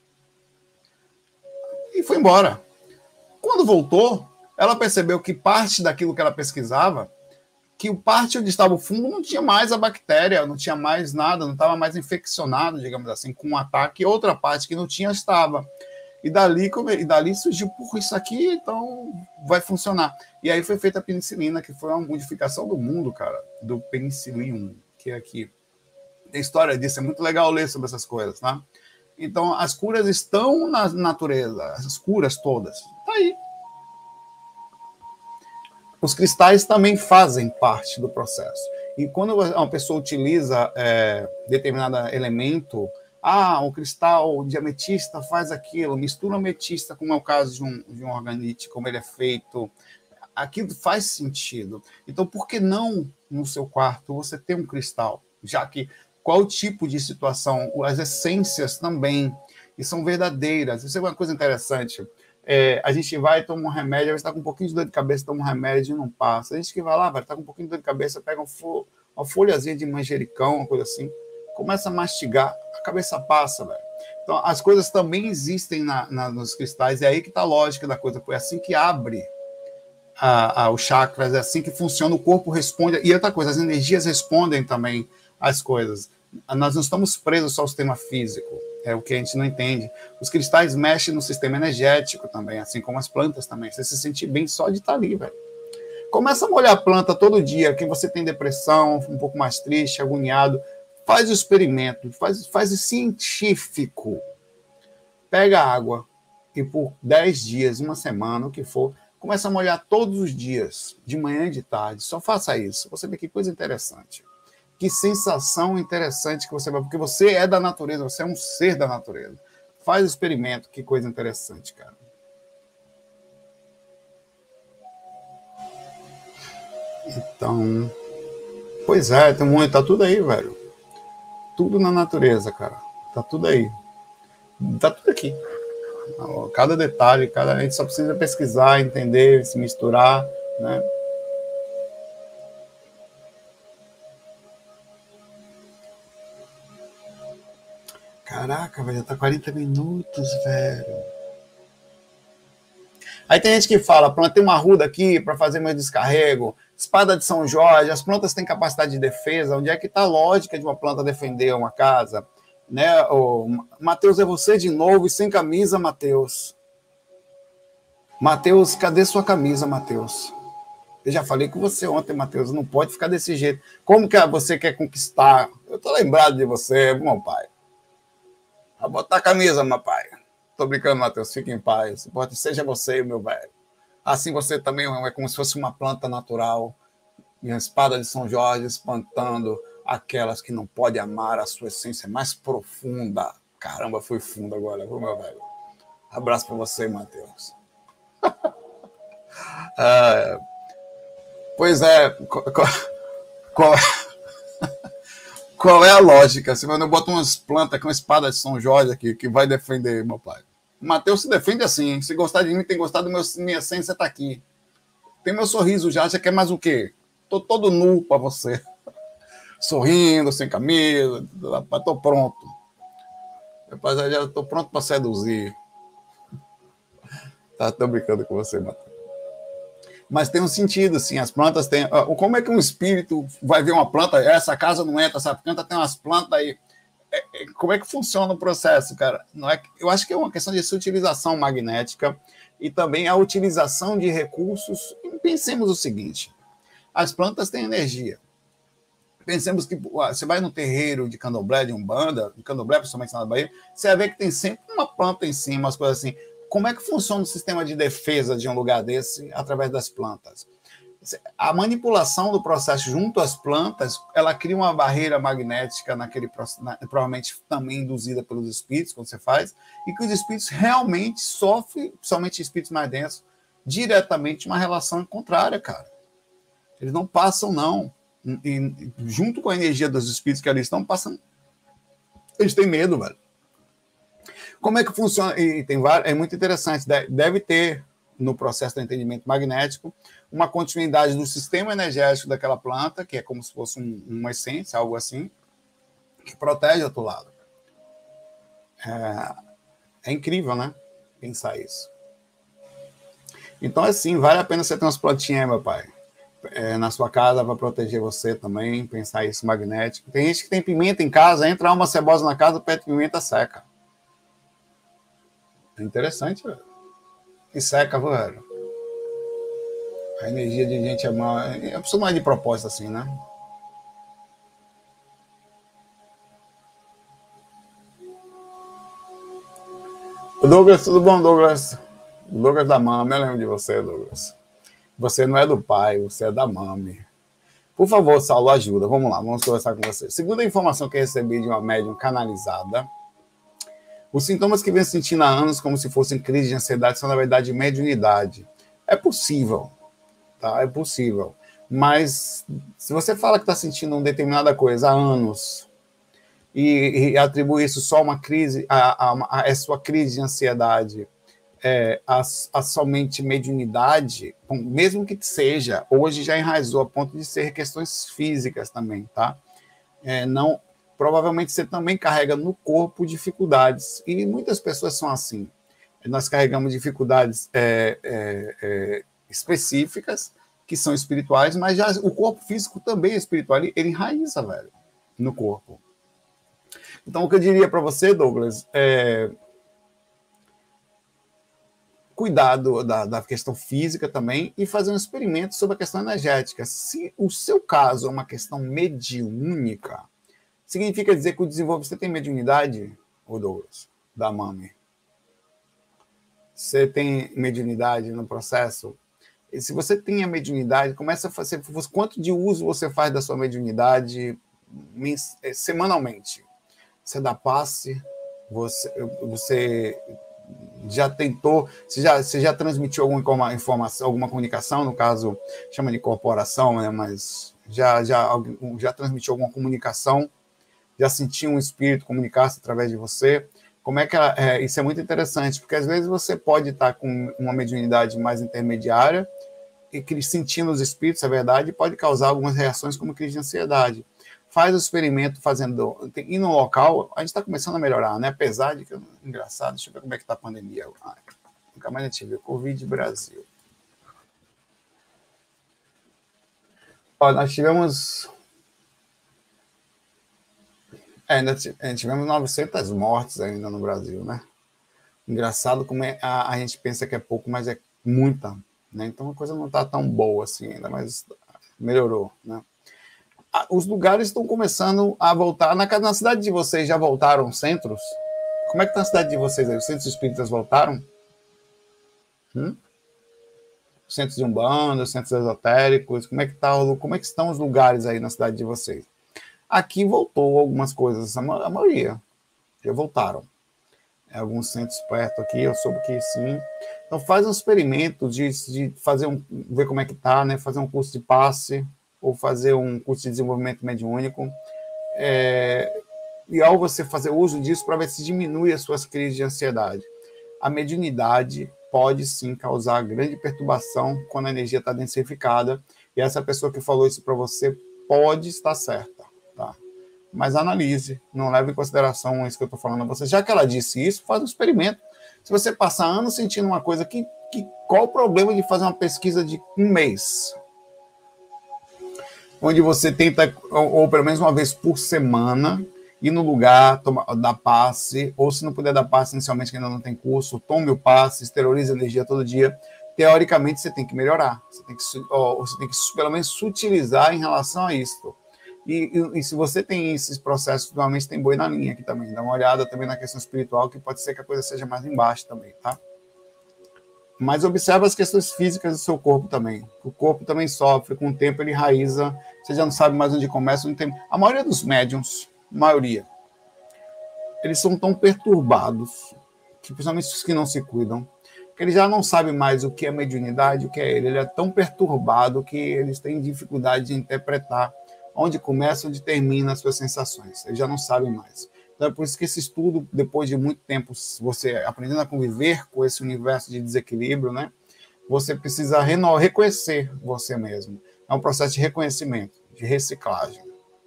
E foi embora. Quando voltou, ela percebeu que parte daquilo que ela pesquisava, que parte onde estava o fungo não tinha mais a bactéria, não tinha mais nada, não estava mais infeccionado, digamos assim, com um ataque, e outra parte que não tinha estava. E dali surgiu, isso aqui, então vai funcionar. E aí foi feita a penicilina, que foi uma modificação do mundo, cara, do penicillium, que é aqui. Tem história disso, é muito legal ler sobre essas coisas, tá? Então, as curas estão na natureza, as curas todas. Tá aí. Os cristais também fazem parte do processo. E quando uma pessoa utiliza determinado elemento, o cristal de ametista faz aquilo, mistura ametista, como é o caso de um organite, como ele é feito, aquilo faz sentido. Então, por que não, no seu quarto, você ter um cristal? Já que qual tipo de situação? As essências também, e são verdadeiras. Isso é uma coisa interessante. A gente vai, toma um remédio, às vezes está com um pouquinho de dor de cabeça, toma um remédio e não passa. A gente que vai lá, está com um pouquinho de dor de cabeça, pega uma folhazinha de manjericão, uma coisa assim, começa a mastigar, a cabeça passa, velho. Então, as coisas também existem nos cristais, é aí que está a lógica da coisa, foi assim que abre os chakras, é assim que funciona, o corpo responde. E outra coisa, as energias respondem também às coisas. Nós não estamos presos só ao sistema físico, é o que a gente não entende. Os cristais mexem no sistema energético também, assim como as plantas também. Você se sente bem só de estar ali, velho. Começa a molhar a planta todo dia, quem você tem depressão, um pouco mais triste, agoniado, faz o experimento, faz o científico. Pega a água e por 10 dias, uma semana, o que for, começa a molhar todos os dias, de manhã e de tarde. Só faça isso. Você vê que coisa interessante. Que sensação interessante que você vai, porque você é da natureza, você é um ser da natureza. Faz o experimento, que coisa interessante, cara. Então, pois é, tá tudo aí, velho. Tudo na natureza, cara. Tá tudo aí. Tá tudo aqui. Cada detalhe, a gente só precisa pesquisar, entender, se misturar, né? Caraca, velho, já tá 40 minutos, velho. Aí tem gente que fala, plantei uma arruda aqui para fazer meu descarrego, espada de São Jorge, as plantas têm capacidade de defesa, onde é que está a lógica de uma planta defender uma casa? Né? Matheus, é você de novo e sem camisa, Matheus. Matheus, cadê sua camisa, Matheus? Eu já falei com você ontem, Matheus, não pode ficar desse jeito. Como que você quer conquistar? Eu tô lembrado de você, meu pai. Vai botar a camisa, meu pai. Tô brincando, Matheus, fique em paz. Seja você, meu velho. Assim você também é como se fosse uma planta natural. E a espada de São Jorge espantando aquelas que não podem amar a sua essência mais profunda. Caramba, fui fundo agora, viu, meu velho? Abraço para você, Matheus. Pois é, qual é a lógica? Se eu boto umas plantas com uma espada de São Jorge aqui, que vai defender meu pai. O Matheus se defende assim, hein? Se gostar de mim, tem gostado minha essência, tá aqui. Tem meu sorriso já quer mais o quê? Tô todo nu para você. Sorrindo, sem camisa, tô pronto. Rapaz, já tô pronto para seduzir. Tô brincando com você, Matheus. Mas tem um sentido, sim. As plantas têm. Como é que um espírito vai ver uma planta? Essa casa não entra, essa planta tem umas plantas aí. Como é que funciona o processo, cara? Não é, eu acho que é uma questão de utilização magnética e também a utilização de recursos. E pensemos o seguinte: as plantas têm energia. Pensemos que você vai no terreiro de candomblé, de umbanda, de candomblé, principalmente na Bahia, você vai ver que tem sempre uma planta em cima, umas coisas assim. Como é que funciona o sistema de defesa de um lugar desse através das plantas? A manipulação do processo junto às plantas, ela cria uma barreira magnética naquele processo, provavelmente também induzida pelos espíritos, quando você faz, e que os espíritos realmente sofrem, somente espíritos mais densos, diretamente uma relação contrária, cara. Eles não passam, não. E, junto com a energia dos espíritos que ali estão, passam. Eles têm medo, velho. Como é que funciona? E tem vários, é muito interessante. Deve ter, no processo do entendimento magnético, uma continuidade do sistema energético daquela planta, que é como se fosse uma essência, algo assim, que protege o outro lado. É incrível, né? Pensar isso. Então, assim, vale a pena você ter umas plantinhas, meu pai, na sua casa para proteger você também, pensar isso magnético. Tem gente que tem pimenta em casa, entra uma cebosa na casa, pede pimenta, seca. É interessante, velho. E seca, velho. A energia de gente é mal. A pessoa não é de propósito assim, né? Douglas, tudo bom, Douglas? Douglas da Mami, eu lembro de você, Douglas. Você não é do pai, você é da Mami. Por favor, Saulo, ajuda. Vamos lá, vamos conversar com você. Segundo a informação que eu recebi de uma médium canalizada, os sintomas que vem sentindo há anos, como se fossem crise de ansiedade, são, na verdade, mediunidade. É possível, tá? É possível. Mas, se você fala que está sentindo uma determinada coisa há anos e atribui isso só a uma crise, a sua crise de ansiedade, a somente mediunidade, mesmo que seja, hoje já enraizou a ponto de ser questões físicas também, tá? Não... Provavelmente você também carrega no corpo dificuldades. E muitas pessoas são assim. Nós carregamos dificuldades específicas, que são espirituais, mas já o corpo físico também é espiritual. Ele enraiza, velho, no corpo. Então, o que eu diria para você, Douglas, cuidado da questão física também e fazer um experimento sobre a questão energética. Se o seu caso é uma questão mediúnica, significa dizer que o desenvolvimento... Você tem mediunidade, Douglas, da Mami? Você tem mediunidade no processo? E se você tem a mediunidade, começa a fazer... Quanto de uso você faz da sua mediunidade semanalmente? Você dá passe? Você já tentou... Você já transmitiu alguma informação, alguma comunicação? No caso, chama de corporação, né? Mas já transmitiu alguma comunicação? Já sentiu um espírito comunicar-se através de você? Como é que isso é muito interessante, porque às vezes você pode estar com uma mediunidade mais intermediária e que sentindo os espíritos, é verdade, pode causar algumas reações como crise de ansiedade. Faz o experimento ir no local, a gente está começando a melhorar, né? Apesar de que, engraçado, deixa eu ver como é que está a pandemia. Nunca mais a gente viu, Covid Brasil. Ó, nós tivemos... Ainda tivemos 900 mortes ainda no Brasil, né? Engraçado como a gente pensa que é pouco, mas é muita, né? Então a coisa não está tão boa assim ainda, mas melhorou, né? Os lugares estão começando a voltar. Na cidade de vocês já voltaram centros? Como é que está a cidade de vocês aí? Os centros espíritas voltaram? Centros de Umbanda, centros esotéricos? Como é que estão os lugares aí na cidade de vocês? Aqui voltou algumas coisas, a maioria já voltaram. Alguns centros perto aqui, eu soube que sim. Então faz um experimento de fazer ver como é que está, né? Fazer um curso de passe ou fazer um curso de desenvolvimento mediúnico. E ao você fazer uso disso para ver se diminui as suas crises de ansiedade. A mediunidade pode sim causar grande perturbação quando a energia está densificada. E essa pessoa que falou isso para você pode estar certa. Tá? Mas analise, não leve em consideração isso que eu estou falando a você. Já que ela disse isso, faz um experimento. Se você passar anos sentindo uma coisa que qual o problema de fazer uma pesquisa de um mês? Onde você tenta, ou pelo menos uma vez por semana, ir no lugar, dar passe, ou se não puder dar passe inicialmente, que ainda não tem curso, tome o passe, esterilize energia todo dia. Teoricamente, você tem que melhorar. Você tem que pelo menos sutilizar em relação a isso. E se você tem esses processos, normalmente tem boi na linha aqui também. Dá uma olhada também na questão espiritual, que pode ser que a coisa seja mais embaixo também, tá? Mas observa as questões físicas do seu corpo também. O corpo também sofre, com o tempo ele enraiza, você já não sabe mais onde começa, não tem... A maioria dos médiums, eles são tão perturbados, que, principalmente os que não se cuidam, que eles já não sabem mais o que é mediunidade, o que é ele. Ele é tão perturbado que eles têm dificuldade de interpretar onde começa, onde termina as suas sensações. Eles já não sabem mais. Então é por isso que esse estudo, depois de muito tempo, você aprendendo a conviver com esse universo de desequilíbrio, né, você precisa reconhecer você mesmo. É um processo de reconhecimento, de reciclagem.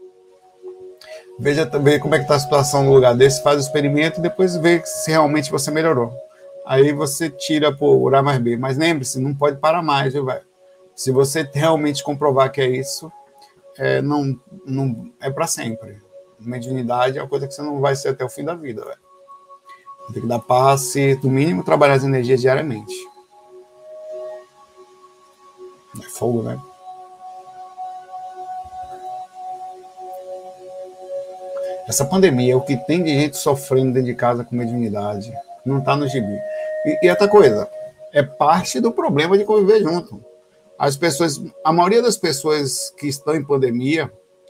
Veja também como é que está a situação no lugar desse, faz o experimento e depois vê se realmente você melhorou. Aí você tira por A mais B. Mas lembre-se, não pode parar mais, viu, velho? Se você realmente comprovar que é isso, não é para sempre. Mediunidade é uma coisa que você não vai ser até o fim da vida, velho. Tem que dar passe, no mínimo, trabalhar as energias diariamente. É fogo, né? Essa pandemia, o que tem de gente sofrendo dentro de casa com mediunidade, não está no gibi. E outra coisa, é parte do problema de conviver junto. As pessoas, a maioria das pessoas que estão em pandemia,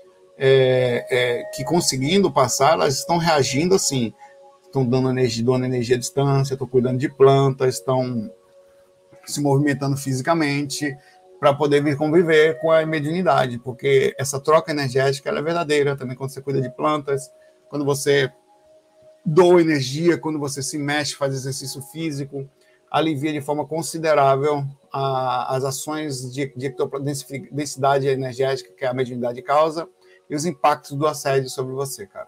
que conseguindo passar, elas estão reagindo assim, estão dando energia à distância, estão cuidando de plantas, estão se movimentando fisicamente para poder vir conviver com a mediunidade, porque essa troca energética ela é verdadeira também quando você cuida de plantas, quando você doa energia, quando você se mexe, faz exercício físico, alivia de forma considerável as ações de densidade energética que a mediunidade causa e os impactos do assédio sobre você, cara.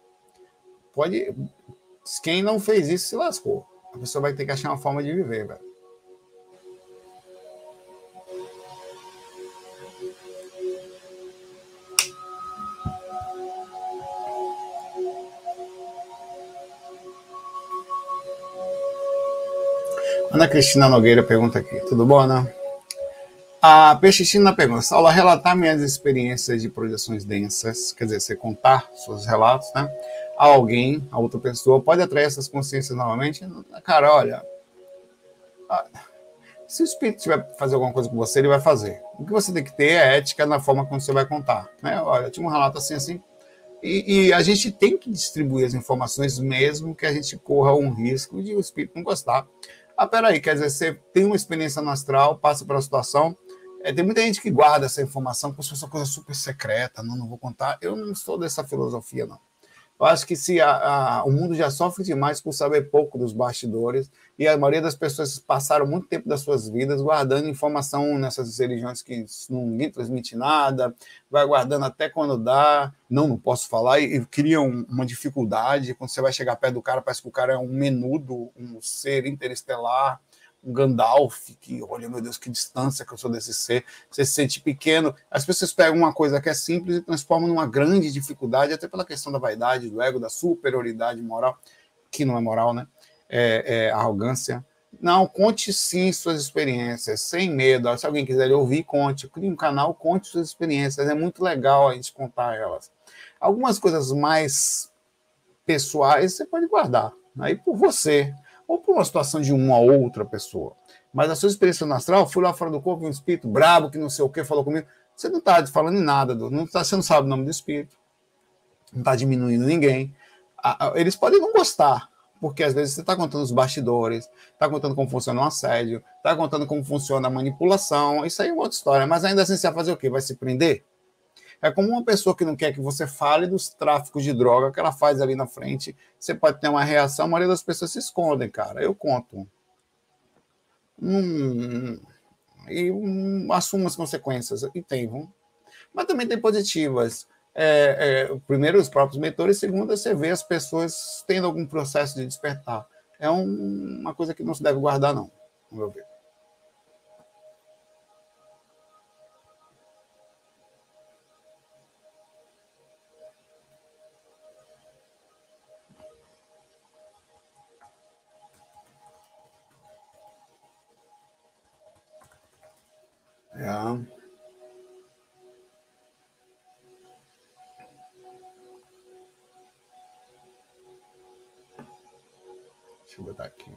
Quem não fez isso se lascou. A pessoa vai ter que achar uma forma de viver, velho. Ana Cristina Nogueira pergunta aqui. Tudo bom, Ana? A Peixicina pergunta, Saulo, relatar minhas experiências de projeções densas, quer dizer, você contar seus relatos, né? A alguém, a outra pessoa, pode atrair essas consciências novamente? Cara, olha, se o espírito tiver fazer alguma coisa com você, ele vai fazer. O que você tem que ter é ética na forma como você vai contar, né? Olha, eu tinha um relato assim, e a gente tem que distribuir as informações mesmo que a gente corra um risco de o espírito não gostar. Peraí, quer dizer, você tem uma experiência no astral, passa pela situação, tem muita gente que guarda essa informação como se fosse uma coisa super secreta, não vou contar. Eu não sou dessa filosofia, não. Eu acho que se o mundo já sofre demais por saber pouco dos bastidores, e a maioria das pessoas passaram muito tempo das suas vidas guardando informação nessas religiões que ninguém transmite nada, vai guardando até quando dá, não posso falar, e criam uma dificuldade. Quando você vai chegar perto do cara, parece que o cara é um menudo, um ser interestelar, um Gandalf, que, olha, meu Deus, que distância que eu sou desse ser, você se sente pequeno. As pessoas pegam uma coisa que é simples e transformam numa grande dificuldade, até pela questão da vaidade, do ego, da superioridade moral, que não é moral, né? Arrogância. Não, conte sim suas experiências, sem medo. Se alguém quiser ouvir, conte. Crie um canal, conte suas experiências. É muito legal a gente contar elas. Algumas coisas mais pessoais você pode guardar, aí por você, ou por uma situação de uma outra pessoa. Mas a sua experiência no astral, fui lá fora do corpo, um espírito brabo, que não sei o que, falou comigo. Você não está falando em nada, você não sabe o nome do espírito, não está diminuindo ninguém. Eles podem não gostar, porque às vezes você está contando os bastidores, está contando como funciona o assédio, está contando como funciona a manipulação, isso aí é uma outra história. Mas ainda assim você vai fazer o quê? Vai se prender? É como uma pessoa que não quer que você fale dos tráficos de droga que ela faz ali na frente. Você pode ter uma reação, a maioria das pessoas se escondem, cara. Eu conto. Assumo as consequências. E tem, mas também tem positivas. Primeiro, os próprios mentores. Segundo, você vê as pessoas tendo algum processo de despertar. É uma coisa que não se deve guardar, não, no meu ver. É. Deixa eu botar aqui.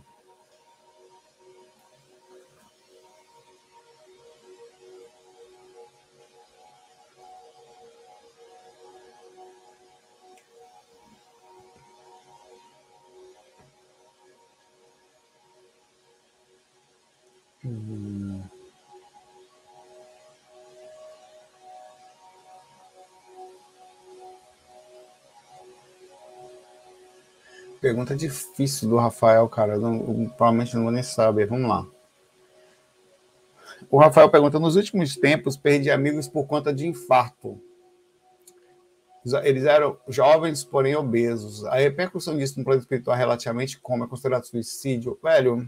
Pergunta difícil do Rafael, cara. Eu provavelmente não vou nem saber. Vamos lá. O Rafael pergunta: nos últimos tempos, perdi amigos por conta de infarto. Eles eram jovens, porém obesos. A repercussão disso no plano espiritual relativamente como é considerado suicídio? Velho,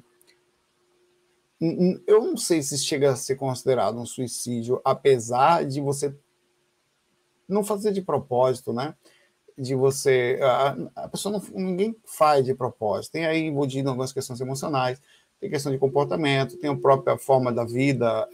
eu não sei se chega a ser considerado um suicídio, apesar de você não fazer de propósito, né? De você... A pessoa não... Ninguém faz de propósito. Tem aí envolvido algumas questões emocionais, tem questão de comportamento, tem a própria forma da vida.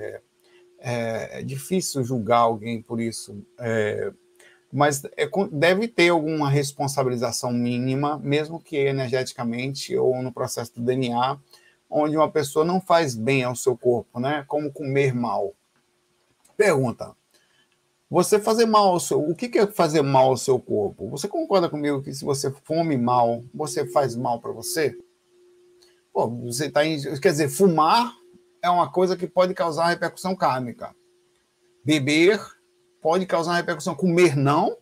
É difícil julgar alguém por isso. Mas deve ter alguma responsabilização mínima, mesmo que energeticamente ou no processo do DNA, onde uma pessoa não faz bem ao seu corpo, né? Como comer mal. Pergunta: você fazer mal ao seu... O que é fazer mal ao seu corpo? Você concorda comigo que se você come mal, você faz mal para você? Pô, você tá quer dizer, fumar é uma coisa que pode causar repercussão kármica. Beber pode causar repercussão. Comer não.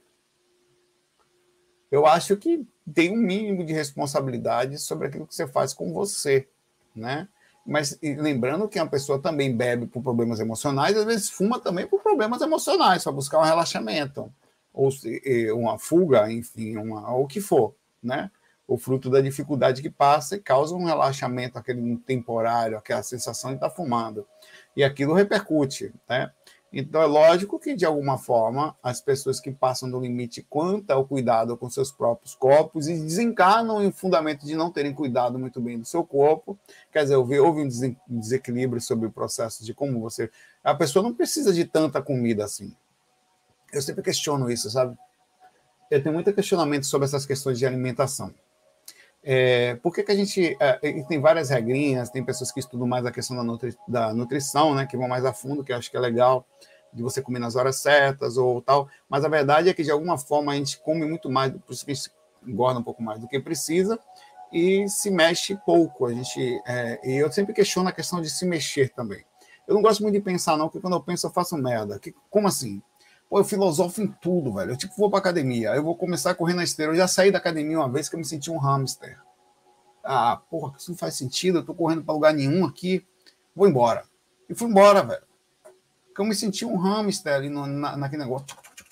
Eu acho que tem um mínimo de responsabilidade sobre aquilo que você faz com você, né? Mas lembrando que uma pessoa também bebe por problemas emocionais, às vezes fuma também por problemas emocionais, para buscar um relaxamento, ou uma fuga, enfim, ou o que for, né? O fruto da dificuldade que passa e causa um relaxamento, aquele temporário, aquela sensação de estar fumando. E aquilo repercute, né? Então é lógico que, de alguma forma, as pessoas que passam do limite quanto ao cuidado com seus próprios corpos e desencarnam em fundamento de não terem cuidado muito bem do seu corpo, quer dizer, houve um desequilíbrio sobre o processo de como você... A pessoa não precisa de tanta comida assim. Eu sempre questiono isso, sabe? Eu tenho muito questionamento sobre essas questões de alimentação. Por que a gente... tem várias regrinhas, tem pessoas que estudam mais a questão da nutrição, né, que vão mais a fundo, que eu acho que é legal, de você comer nas horas certas ou tal, mas a verdade é que, de alguma forma, a gente come muito mais, por isso que a gente engorda um pouco mais do que precisa e se mexe pouco. E eu sempre questiono a questão de se mexer também. Eu não gosto muito de pensar, não, porque quando eu penso, eu faço merda. Como assim? Pô, eu filosofo em tudo, velho. Eu, vou pra academia, eu vou começar a correr na esteira. Eu já saí da academia uma vez que eu me senti um hamster. Porra, isso não faz sentido, eu tô correndo pra lugar nenhum aqui. Vou embora. E fui embora, velho. Porque eu me senti um hamster ali naquele negócio.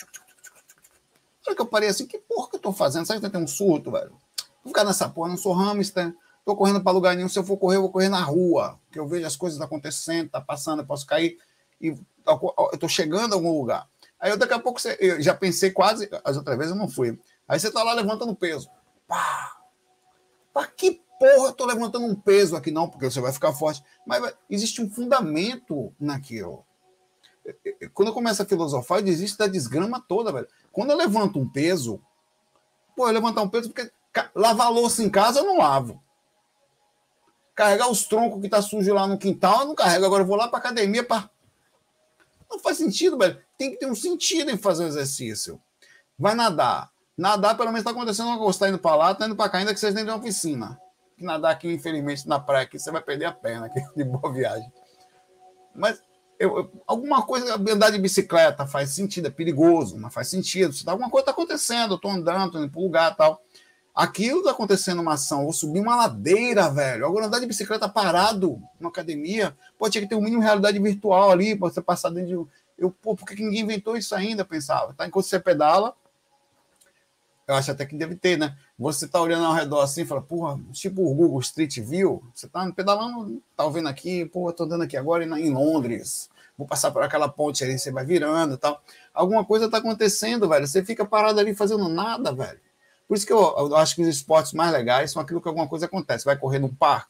Só que eu parei assim, que porra que eu tô fazendo? Sabe que eu tenho um surto, velho? Vou ficar nessa porra, não sou hamster, tô correndo pra lugar nenhum. Se eu for correr, eu vou correr na rua, que eu vejo as coisas acontecendo, tá passando, eu posso cair e eu tô chegando a algum lugar. Aí daqui a pouco eu já pensei quase, as outras vezes eu não fui. Aí você tá lá levantando peso. Pá! Pra que porra eu tô levantando um peso aqui? Não, porque você vai ficar forte. Mas existe um fundamento naquilo. Quando eu começo a filosofar, existe da desgrama toda, velho. Quando eu levanto um peso, eu levantar um peso porque lavar louça em casa eu não lavo. Carregar os troncos que tá sujo lá no quintal, eu não carrego. Agora eu vou lá pra academia para... Não faz sentido, velho. Tem que ter um sentido em fazer o exercício. Vai nadar. Nadar, pelo menos, está acontecendo uma coisa. Está indo para lá, está indo para cá, ainda que vocês nem de uma piscina. Nadar aqui, infelizmente, na praia, aqui, você vai perder a perna aqui, de boa viagem. Mas alguma coisa, andar de bicicleta faz sentido, é perigoso, mas faz sentido. Alguma coisa está acontecendo, eu estou andando, estou indo para o lugar e tal. Aquilo está acontecendo uma ação. Eu vou subir uma ladeira, velho. Agora, andar de bicicleta parado na academia, tinha que ter um mínimo de realidade virtual ali, para você passar dentro de... por que ninguém inventou isso ainda, eu pensava. Tá? Enquanto você pedala, eu acho até que deve ter, né? Você tá olhando ao redor assim e fala, porra, tipo o Google Street View, você tá pedalando, tá vendo aqui, pô, eu tô andando aqui agora em Londres, vou passar por aquela ponte ali, você vai virando e tal. Alguma coisa tá acontecendo, velho. Você fica parado ali fazendo nada, velho. Por isso que eu acho que os esportes mais legais são aquilo que alguma coisa acontece. Vai correr num parque,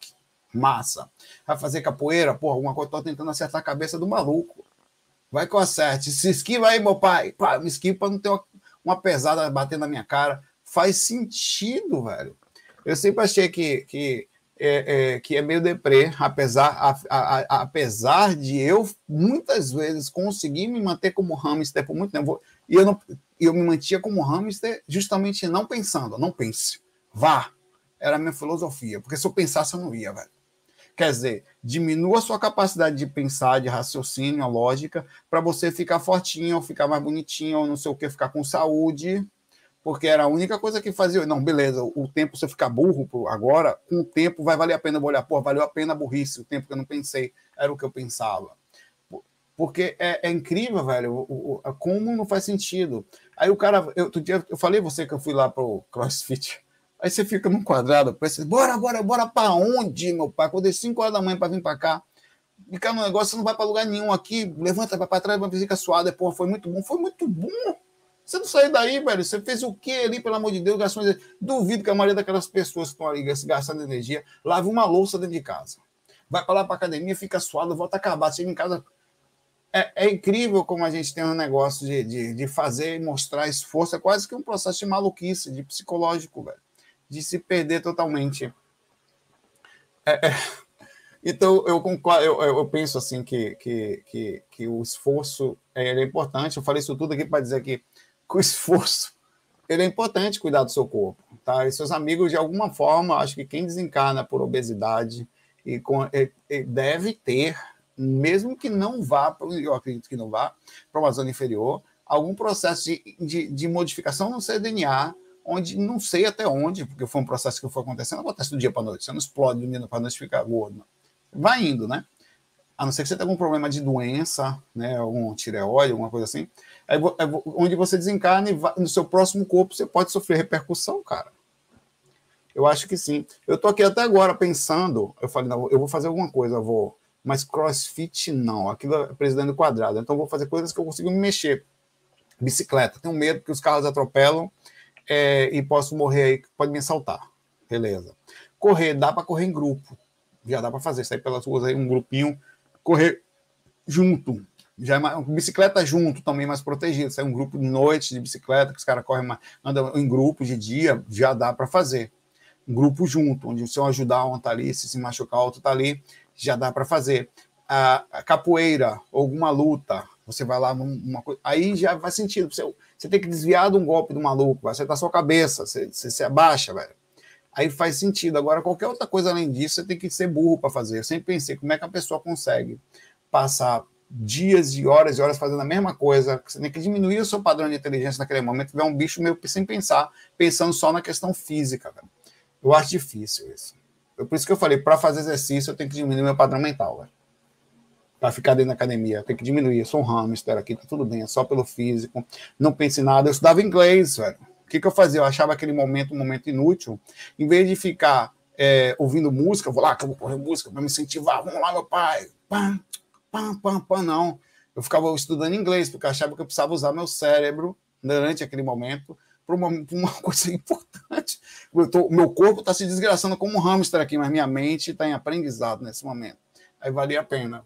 Massa. Vai fazer capoeira? Porra, alguma coisa, tô tentando acertar a cabeça do maluco. Vai que eu acerte. Se esquiva aí, meu pai. Pá, me esquiva para não ter uma pesada batendo na minha cara. Faz sentido, velho. Eu sempre achei que é meio deprê, apesar de eu, muitas vezes, conseguir me manter como hamster por muito tempo. E eu me mantinha como hamster justamente não pensando. Não pense. Vá. Era a minha filosofia. Porque se eu pensasse, eu não ia, velho. Quer dizer, diminua a sua capacidade de pensar, de raciocínio, a lógica, para você ficar fortinho, ou ficar mais bonitinho, ou não sei o que, ficar com saúde, porque era a única coisa que fazia. Não, beleza, o tempo, se eu ficar burro agora, com o tempo vai valer a pena eu olhar, pô, valeu a pena a burrice, o tempo que eu não pensei, era o que eu pensava. Porque é incrível, velho, como não faz sentido. Aí o cara, outro dia, eu falei você que eu fui lá pro CrossFit. Aí você fica num quadrado, pensa, bora para onde, meu pai? Acordei 5 horas da manhã para vir para cá. Ficar no negócio, você não vai para lugar nenhum aqui, levanta, vai para trás, fica suado. Porra, foi muito bom. Foi muito bom. Você não saiu daí, velho. Você fez o quê ali, pelo amor de Deus? Gastou... Duvido que a maioria daquelas pessoas que estão ali gastando energia lave uma louça dentro de casa. Vai para lá para academia, fica suado, volta acabado, chega em casa. É incrível como a gente tem um negócio de fazer e mostrar esforço. É quase que um processo de maluquice, de psicológico, velho. De se perder totalmente. Então, eu penso assim que o esforço é importante. Eu falei isso tudo aqui para dizer que o esforço ele é importante cuidar do seu corpo. Tá? E seus amigos, de alguma forma, acho que quem desencarna por obesidade deve ter, mesmo que não vá, eu acredito que não vá, para uma zona inferior, algum processo de modificação no seu DNA, onde não sei até onde, porque foi um processo que foi acontecendo, não acontece do dia para a noite, você não explode do dia para a noite e fica gordo. Vai indo, né? A não ser que você tenha algum problema de doença, né? Algum tireoide, alguma coisa assim. Onde você desencarna e no seu próximo corpo você pode sofrer repercussão, cara. Eu acho que sim. Eu tô aqui até agora pensando, eu falei, não, eu vou fazer alguma coisa, eu vou. Mas CrossFit não, aquilo é presidente do quadrado. Então eu vou fazer coisas que eu consigo me mexer. Bicicleta, tenho medo que os carros atropelam. E posso morrer aí, pode me assaltar. Beleza. Correr, dá para correr em grupo. Já dá para fazer, sair pelas ruas aí, um grupinho, correr junto. Já bicicleta junto também mais protegido. Sair um grupo de noite de bicicleta, que os caras correm, andam em grupo de dia, já dá para fazer. Um grupo junto, onde se um ajudar, um tá ali, se machucar, outro tá ali, já dá para fazer. A capoeira, alguma luta, você vai lá numa coisa, aí já faz sentido. Você tem que desviar de um golpe do maluco, vai acertar sua cabeça, você se abaixa, velho. Aí faz sentido. Agora, qualquer outra coisa além disso, você tem que ser burro para fazer. Eu sempre pensei, como é que a pessoa consegue passar dias e horas fazendo a mesma coisa? Você tem que diminuir o seu padrão de inteligência naquele momento, ver um bicho meio sem pensar, pensando só na questão física, velho. Eu acho difícil isso. Por isso que eu falei, para fazer exercício, eu tenho que diminuir meu padrão mental, velho. Para ficar dentro da academia, tem que diminuir. Eu sou um hamster aqui, tá tudo bem, é só pelo físico. Não pense em nada. Eu estudava inglês, velho. O que eu fazia? Eu achava aquele momento um momento inútil. Em vez de ficar ouvindo música, vou lá, que eu vou correr música para me incentivar. Vamos lá, meu pai. Pam, pam, pam, pam, não. Eu ficava estudando inglês, porque eu achava que eu precisava usar meu cérebro durante aquele momento para uma coisa importante. Meu corpo está se desgraçando como um hamster aqui, mas minha mente está em aprendizado nesse momento. Aí valia a pena.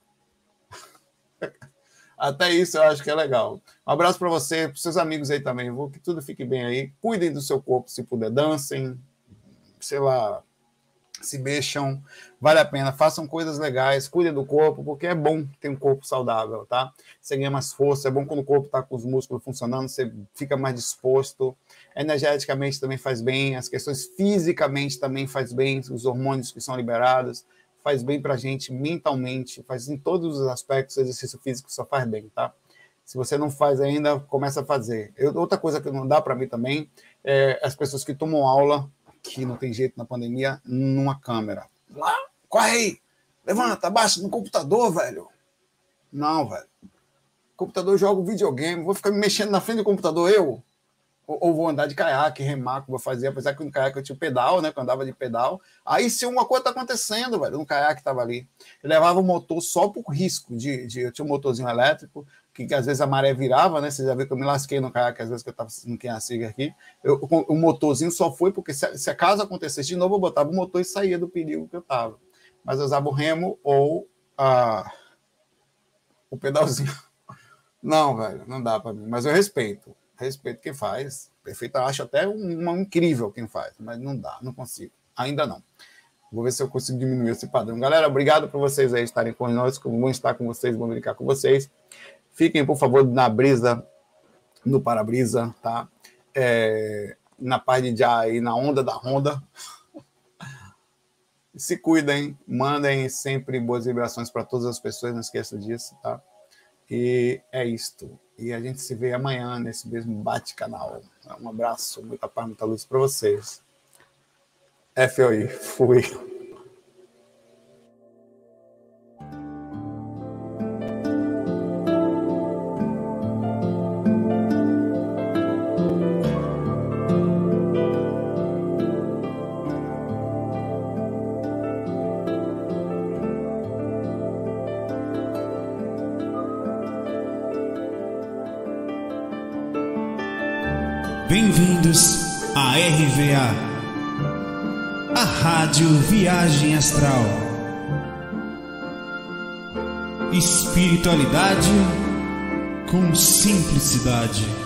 Até isso eu acho que é legal. Um abraço para você, para seus amigos aí também. Que tudo fique bem aí. Cuidem do seu corpo, se puder. Dancem, sei lá, se mexam. Vale a pena. Façam coisas legais. Cuidem do corpo, porque é bom ter um corpo saudável, tá? Você ganha mais força. É bom quando o corpo está com os músculos funcionando. Você fica mais disposto. Energeticamente também faz bem. As questões fisicamente também faz bem. Os hormônios que são liberados. Faz bem para a gente mentalmente, faz em todos os aspectos, o exercício físico só faz bem, tá? Se você não faz ainda, começa a fazer. Outra coisa que não dá para mim também é as pessoas que tomam aula, que não tem jeito na pandemia, numa câmera. Lá, corre aí, levanta, abaixa no computador, velho. Não, velho. Computador, eu jogo videogame, vou ficar me mexendo na frente do computador, eu? Ou vou andar de caiaque, remar, como eu fazia, apesar que no caiaque eu tinha pedal, né? Que eu andava de pedal. Aí, se uma coisa tá acontecendo, velho, no caiaque tava ali. Eu levava o motor só por risco eu tinha um motorzinho elétrico, que às vezes a maré virava, né? Você já viu que eu me lasquei no caiaque, às vezes que eu tava sem quem siga aqui. O motorzinho só foi porque se acaso acontecesse de novo, eu botava o motor e saía do perigo que eu tava. mas eu usava o remo ou o pedalzinho. Não, velho, não dá para mim. Mas eu respeito quem faz. Perfeito, eu acho até incrível quem faz, mas não dá, não consigo. Ainda não. Vou ver se eu consigo diminuir esse padrão. Galera, obrigado por vocês aí estarem conosco. Bom estar com vocês, bom brincar com vocês. Fiquem, por favor, na brisa, no para-brisa, tá? Na paz de já aí, na onda da Honda. Se cuidem, mandem sempre boas vibrações para todas as pessoas, não esqueça disso, tá? E é isto. E a gente se vê amanhã nesse mesmo bate-canal. Um abraço, muita paz, muita luz para vocês. FOI, fui. Bem-vindos à RVA, a Rádio Viagem Astral. Espiritualidade com simplicidade.